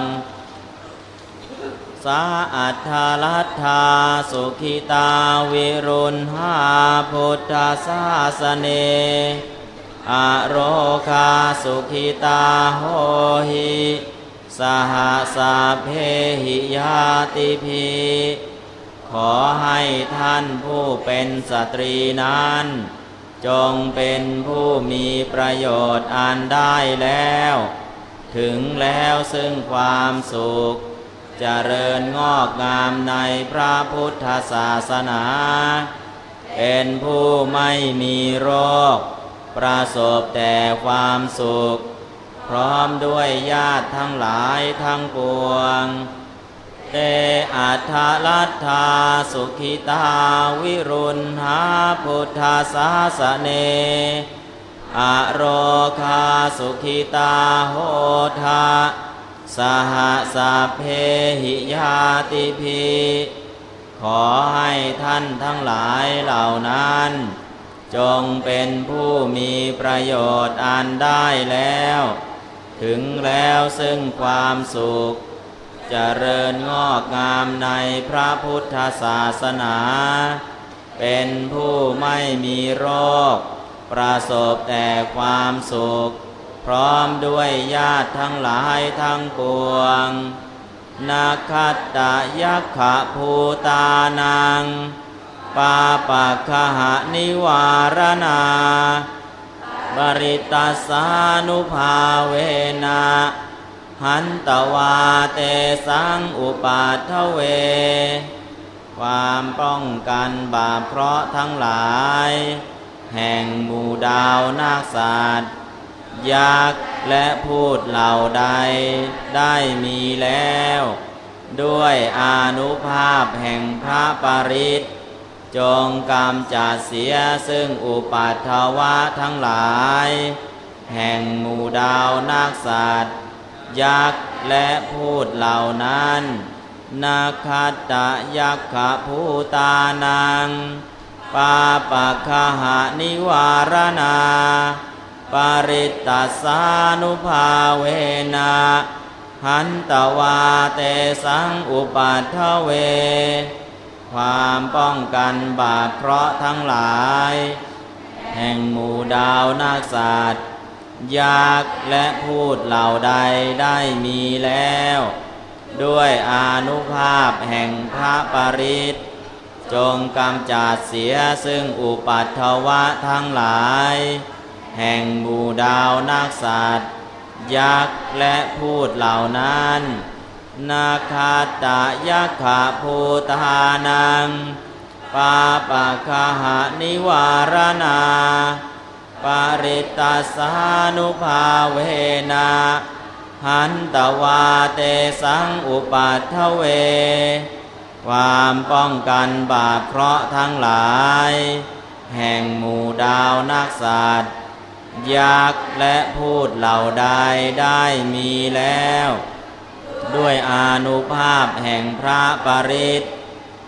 สาอัฏฐลัทธาสุขิตาวิรุณหาพุทธศาสเนอโรคาสุขิตาโหหิสหสัพเพหิยาติภิขอให้ท่านผู้เป็นสตรีนั้นจงเป็นผู้มีประโยชน์อันได้แล้วถึงแล้วซึ่งความสุขเจริญงอกงามในพระพุทธศาสนาเป็นผู้ไม่มีโรคประสบแต่ความสุขพร้อมด้วยญาติทั้งหลายทั้งปวงเตอัฏฐลัทธาสุขิตาวิรุณหาพุทธศาสเนอโรคาสุขิตาโหทะสหสัพเพหิยาติภิขอให้ท่านทั้งหลายเหล่านั้นจงเป็นผู้มีประโยชน์อันได้แล้วถึงแล้วซึ่งความสุขเจริญงอกงามในพระพุทธศาสนาเป็นผู้ไม่มีโรคประสบแต่ความสุขพร้อมด้วยญาติทั้งหลายทั้งปวงนาคัตตยัคขะภูตานังปาปัคขหานิวารณาบริตัสสานุภาเวนะหันตวาเตสังอุปาทเวความป้องกันบาปเคราะห์ทั้งหลายแห่งหมู่ดาวนาคสัตว์ยักษ์และพูดเหล่าใดได้มีแล้วด้วยอานุภาพแห่งพระปริตรจงกำจัดเสียซึ่งอุปัฏฐวะทั้งหลายแห่งหมู่ดาวนาคสัตว์ยักษ์และพูดเหล่านั้นนาคัตตยัคขะภูตานังปาปัคขหานิวารณาปริตตัสสานุภาเวนะหันตวาเตสังอุปัฏฐเวความป้องกันบาปเคราะห์ทั้งหลายแห่งหมู่ดาวนาคสัตว์ยักษ์และพูดเหล่าใดได้มีแล้วด้วยอานุภาพแห่งพระปริตรจงกำจัดเสียซึ่งอุปัฏฐวะทั้งหลายแห่งหมู่ดาวนาคสัตว์ยักษ์และพูดเหล่านั้นนาคาตะยัคขะภูตานังปาปัคขหานิวารณาปริตตัสสานุภาเวนะหันตวาเตสังอุปัฏฐเวความป้องกันบาปเคราะห์ทั้งหลายแห่งหมู่ดาวนักสัตว์ยักษ์และพูดเหล่าใดได้มีแล้วด้วยอานุภาพแห่งพระปริตร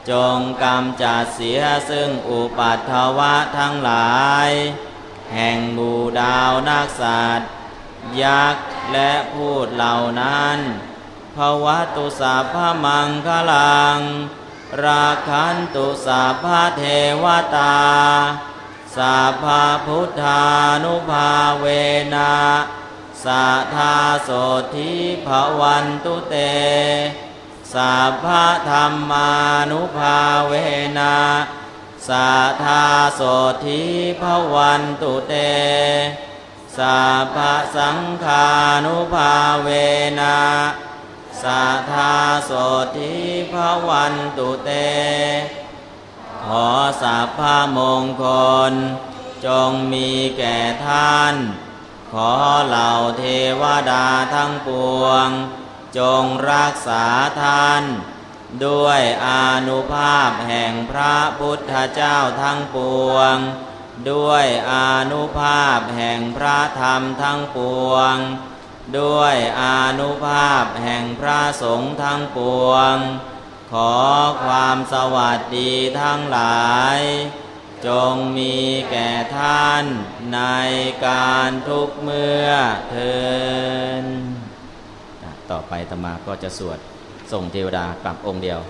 จงกำจัดเสียซึ่งอุปัฏฐวะทั้งหลายแห่งหมู่ดาวนักสัตว์ยักษ์และพูดเหล่านั้นภวตุสัพพมังคลังราคันตุสัพพเทวตาสัพพพุทธานุภาเวนะสัทธาโสธิภวันตุเตสัพพธรรมานุภาเวนะสัทธาโสธิภวันตุเตสัพพสังฆานุภาเวนะสัทธาโสธิภวันตุเตขอสัพพมงคลจงมีแก่ท่านขอเหล่าเทวดาทั้งปวงจงรักษาท่านด้วยอานุภาพแห่งพระพุทธเจ้าทั้งปวงด้วยอานุภาพแห่งพระธรรมทั้งปวงด้วยอานุภาพแห่งพระสงฆ์ทั้งปวงขอความสวัสดีทั้งหลายจงมีแก่ท่านในการทุกเมื่อเทินต่อไปอาตมาก็จะสวดส่งเทวดากลับองค์เดียว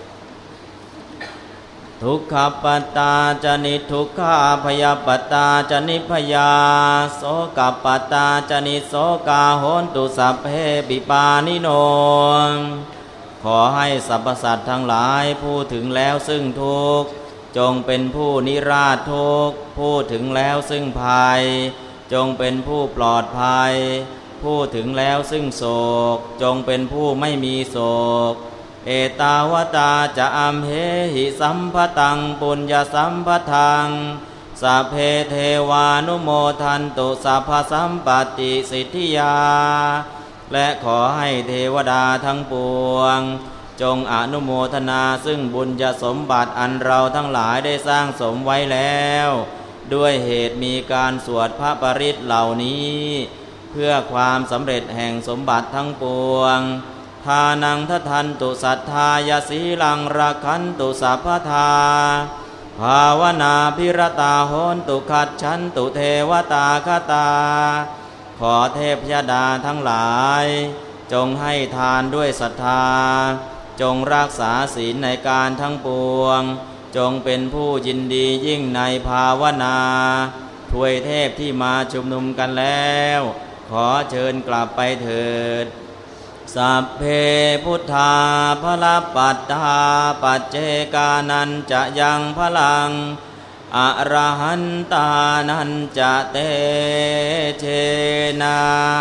ทุกขปัตตาจนิทุกขาพยาปัตตาจนิพยาโสกปัตตาจนิโสกาโหนตุสัพเพปิปานิโนขอให้สรรพสัตว์ทั้งหลายผู้ถึงแล้วซึ่งทุกข์จงเป็นผู้นิราชทุกข์ผู้ถึงแล้วซึ่งภัยจงเป็นผู้ปลอดภัยผู้ถึงแล้วซึ่งโศกจงเป็นผู้ไม่มีโศกเอตาวตาจะอัมเหหิสัมภตังปุญญสัมภทังสัพเพเทวานุโมทันตุสัพพสัมปติสิทธิยาและขอให้เทวดาทั้งปวงจงอนุโมทนาซึ่งบุญญสมบัติอันเราทั้งหลายได้สร้างสมไว้แล้วด้วยเหตุมีการสวดพระปริตเหล่านี้เพื่อความสำเร็จแห่งสมบัติทั้งปวงทานังททันตุสัทธายสีลังรักขันตุสัพพทาภาวนาภิรตาโหนตุขัดฉันตุเทวตาคตาขอเทพยดาทั้งหลายจงให้ทานด้วยศรัทธาจงรักษาศีลในการทั้งปวงจงเป็นผู้ยินดียิ่งในภาวนาทวยเทพที่มาชุมนุมกันแล้วขอเชิญกลับไปเถิดสัพเพพุทธาภลปัตตาปัจเจกานันจะยังพลังอรหันตานันจะเตเชนา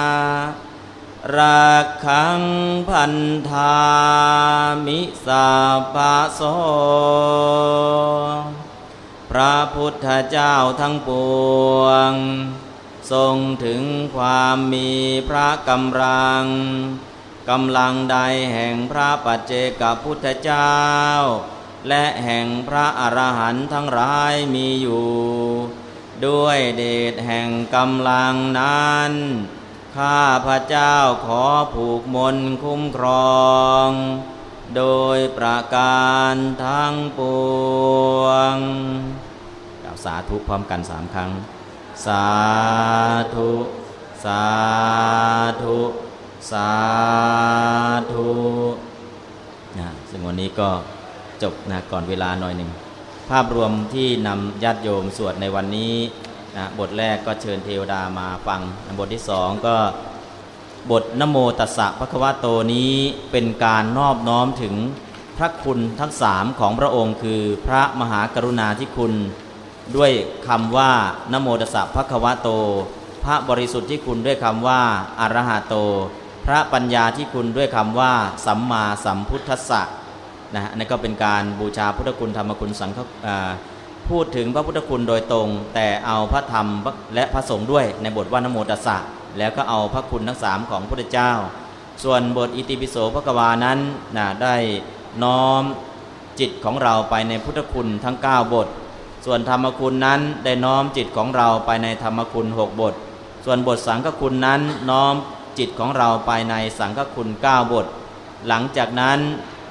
รักขังพันธามิสัพพโสพระพุทธเจ้าทั้งปวงทรงถึงความมีพระกำลังกำลังใดแห่งพระปัจเจกพุทธเจ้าและแห่งพระอรหันต์ทั้งหลายมีอยู่ด้วยเดชแห่งกำลังนั้นข้าพระเจ้าขอผูกมนต์คุ้มครองโดยประการทั้งปวงกล่าวสาธุพร้อมกันสามครั้งสาธุสาธุสาธุนะซึ่งวันนี้ก็จบนะก่อนเวลาหน่อยหนึ่งภาพรวมที่นำญาติโยมสวดในวันนี้นะบทแรกก็เชิญเทวดามาฟังบทที่สองก็บทนะโมตัสสะภะคะวะโตนี้เป็นการนอบน้อมถึงพระคุณทั้งสามของพระองค์คือพระมหากรุณาธิคุณด้วยคำว่านะโมตัสสะภะคะวะโตพระบริสุทธิ์ที่คุณด้วยคำว่าอะระหะโตพระปัญญาที่คุณด้วยคำว่าสัมมาสัมพุทธัสสะนะฮะนั่นก็เป็นการบูชาพุทธคุณธรรมคุณสังฆพูดถึงพระพุทธคุณโดยตรงแต่เอาพระธรรมและพระสงฆ์ด้วยในบทว่านะโมตัสสะแล้วก็เอาพระคุณทั้งสามของพระพุทธเจ้าส่วนบทอิติปิโสภควานั้นนะได้น้อมจิตของเราไปในพุทธคุณทั้งเก้าบทส่วนธรรมคุณนั้นได้น้อมจิตของเราไปในธรรมคุณหกบทส่วนบทสังฆคุณนั้นน้อมจิตของเราไปในสังฆคุณเก้าบทหลังจากนั้น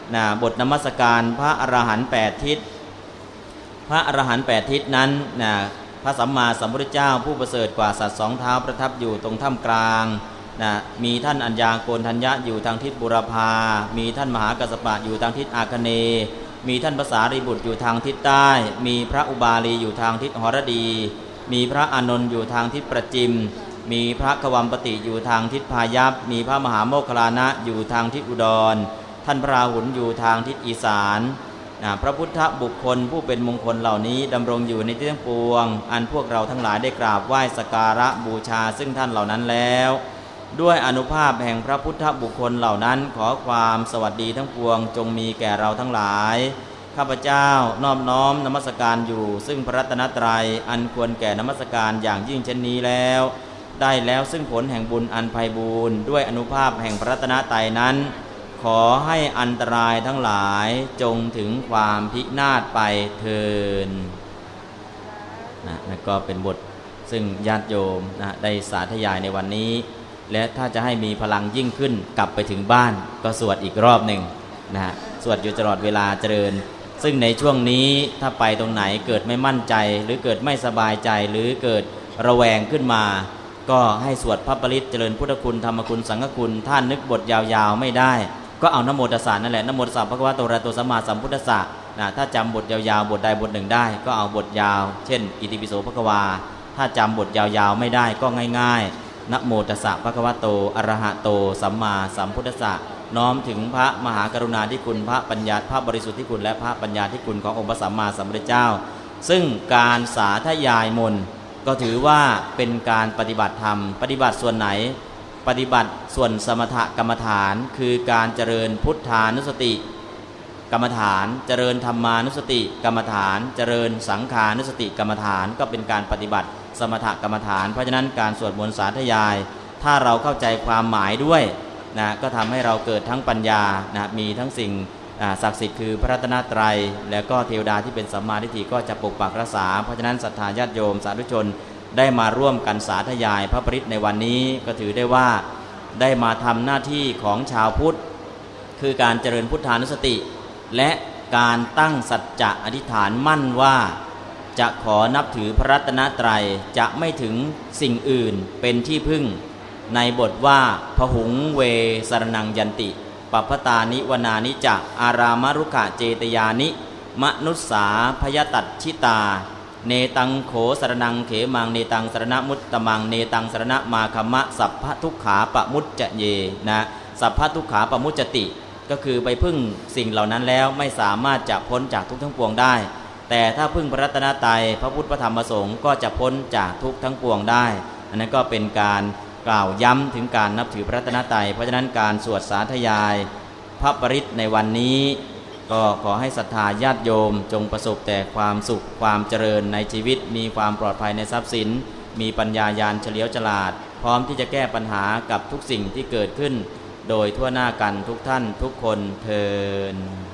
นะบทนมัสการพระอรหันต์แปดทิศพระอรหันต์แปดทิศนั้นนะพระสัมมาสัมพุทธเจ้าผู้ประเสริฐกว่าสัตว์สองเท้าประทับอยู่ตรงถ้ำกลางนะมีท่านอัญญาโกณทัญญะอยู่ทางทิศบุรพามีท่านมหากัสสปะอยู่ทางทิศอาคเนย์มีท่านภาษารีบุตรอยู่ทางทิศใต้มีพระอุบาลีอยู่ทางทิศหรดีมีพระอานนท์อยู่ทางทิศประจิมมีพระกวัมปติอยู่ทางทิศพายัพมีพระมหาโมคคัลลานะอยู่ทางทิศอุดรท่านพระราหุลอยู่ทางทิศอีสานพระพุทธบุคคลผู้เป็นมงคลเหล่านี้ดำรงอยู่ในที่ทั้งปวงอันพวกเราทั้งหลายได้กราบไหว้สักการะบูชาซึ่งท่านเหล่านั้นแล้วด้วยอานุภาพแห่งพระพุทธบุคคลเหล่านั้นขอความสวัสดีทั้งปวงจงมีแก่เราทั้งหลายข้าพเจ้านอบน้อมนมัสการอยู่ซึ่งพระรัตนตรัยอันควรแก่นมัสการอย่างยิ่งเช่นนี้แล้วได้แล้วซึ่งผลแห่งบุญอันไพบูรณ์ด้วยอานุภาพแห่งพระรัตนตรัยนั้นขอให้อันตรายทั้งหลายจงถึงความพินาศไปเถิดนะนั่นก็เป็นบทซึ่งญาติโยมนะได้สาธยายในวันนี้และถ้าจะให้มีพลังยิ่งขึ้นกลับไปถึงบ้านก็สวดอีกรอบหนึ่งนะสวดอยู่ตลอดเวลาเจริญซึ่งในช่วงนี้ถ้าไปตรงไหนเกิดไม่มั่นใจหรือเกิดไม่สบายใจหรือเกิดระแวงขึ้นมาก็ให้สวดพระปริตรเจริญพุทธคุณธรรมคุณสังฆคุณท่านนึกบทยาวๆไม่ได้ก็เอานะโมตัสสะนั่นแหละนะโมตัสสะภะคะวะโตอะระหะโตสัมมาสัมพุทธัสสะนะถ้าจำบทยาวๆบทใดบทหนึ่งได้ก็เอาบทยาวเช่นอิติปิโสภะคะวาถ้าจำบทยาวๆไม่ได้ก็ง่ายๆนะโมตัสสะภะคะวะโตอะระหะโตสัมมาสัมพุทธัสสะน้อมถึงพระมหากรุณาธิคุณพระปัญญาพระบริสุทธิคุณและพระปัญญาธิคุณขององค์พระสัมมาสัมพุทธเจ้าซึ่งการสาธยายมนต์ก็ถือว่าเป็นการปฏิบัติธรรมปฏิบัติส่วนไหนปฏิบัติส่วนสมถกรรมฐานคือการเจริญพุทธานุสติกรรมฐานเจริญธรรมานุสติกรรมฐานเจริญสังขานุสติกรรมฐานก็เป็นการปฏิบัติสมถกรรมฐานเพราะฉะนั้นการสวดมนต์สาธยายถ้าเราเข้าใจความหมายด้วยนะก็ทำให้เราเกิดทั้งปัญญานะมีทั้งสิ่งศักดิ์สิทธิ์คือพระรัตนตรัยแล้วก็เทวดาที่เป็นสัมมาทิฏฐิก็จะปกปักรักษาเพราะฉะนั้นศรัทธาญาติโยมสาธุชนได้มาร่วมกันสาธยายพระปริตรในวันนี้ก็ถือได้ว่าได้มาทำหน้าที่ของชาวพุทธคือการเจริญพุทธานุสติและการตั้งสัจจะอธิษฐานมั่นว่าจะขอนับถือพระรัตนตรัยจะไม่ถึงสิ่งอื่นเป็นที่พึ่งในบทว่าพหุงเวสรนังยันติปัพพตานิวนานิจะอารามรุขะเจตยานิมนุสสาพยตัดชิตาเนตังโขสรนังเขมังเนตังสรณมุตตมังเนตังสรณมาคัมมะสัพพทุกขาปมุจจะเยนะสัพพทุกขาปมุจจติก็คือไปพึ่งสิ่งเหล่านั้นแล้วไม่สามารถจะพ้นจากทุกข์ทั้งปวงได้แต่ถ้าพึ่งพระรัตนตรัยพระพุทธพระธรรมพระสงฆ์ก็จะพ้นจากทุกข์ทั้งปวงได้อันนั้นก็เป็นการกล่าวย้ำถึงการนับถือพระรัตนตรัยเพราะฉะนั้นการสวดสาธยายพระปริตรในวันนี้ก็ขอให้ศรัทธาญาติโยมจงประสบแต่ความสุขความเจริญในชีวิตมีความปลอดภัยในทรัพย์สินมีปัญญาญาณเฉลียวฉลาดพร้อมที่จะแก้ปัญหากับทุกสิ่งที่เกิดขึ้นโดยทั่วหน้ากันทุกท่านทุกคนเทอญ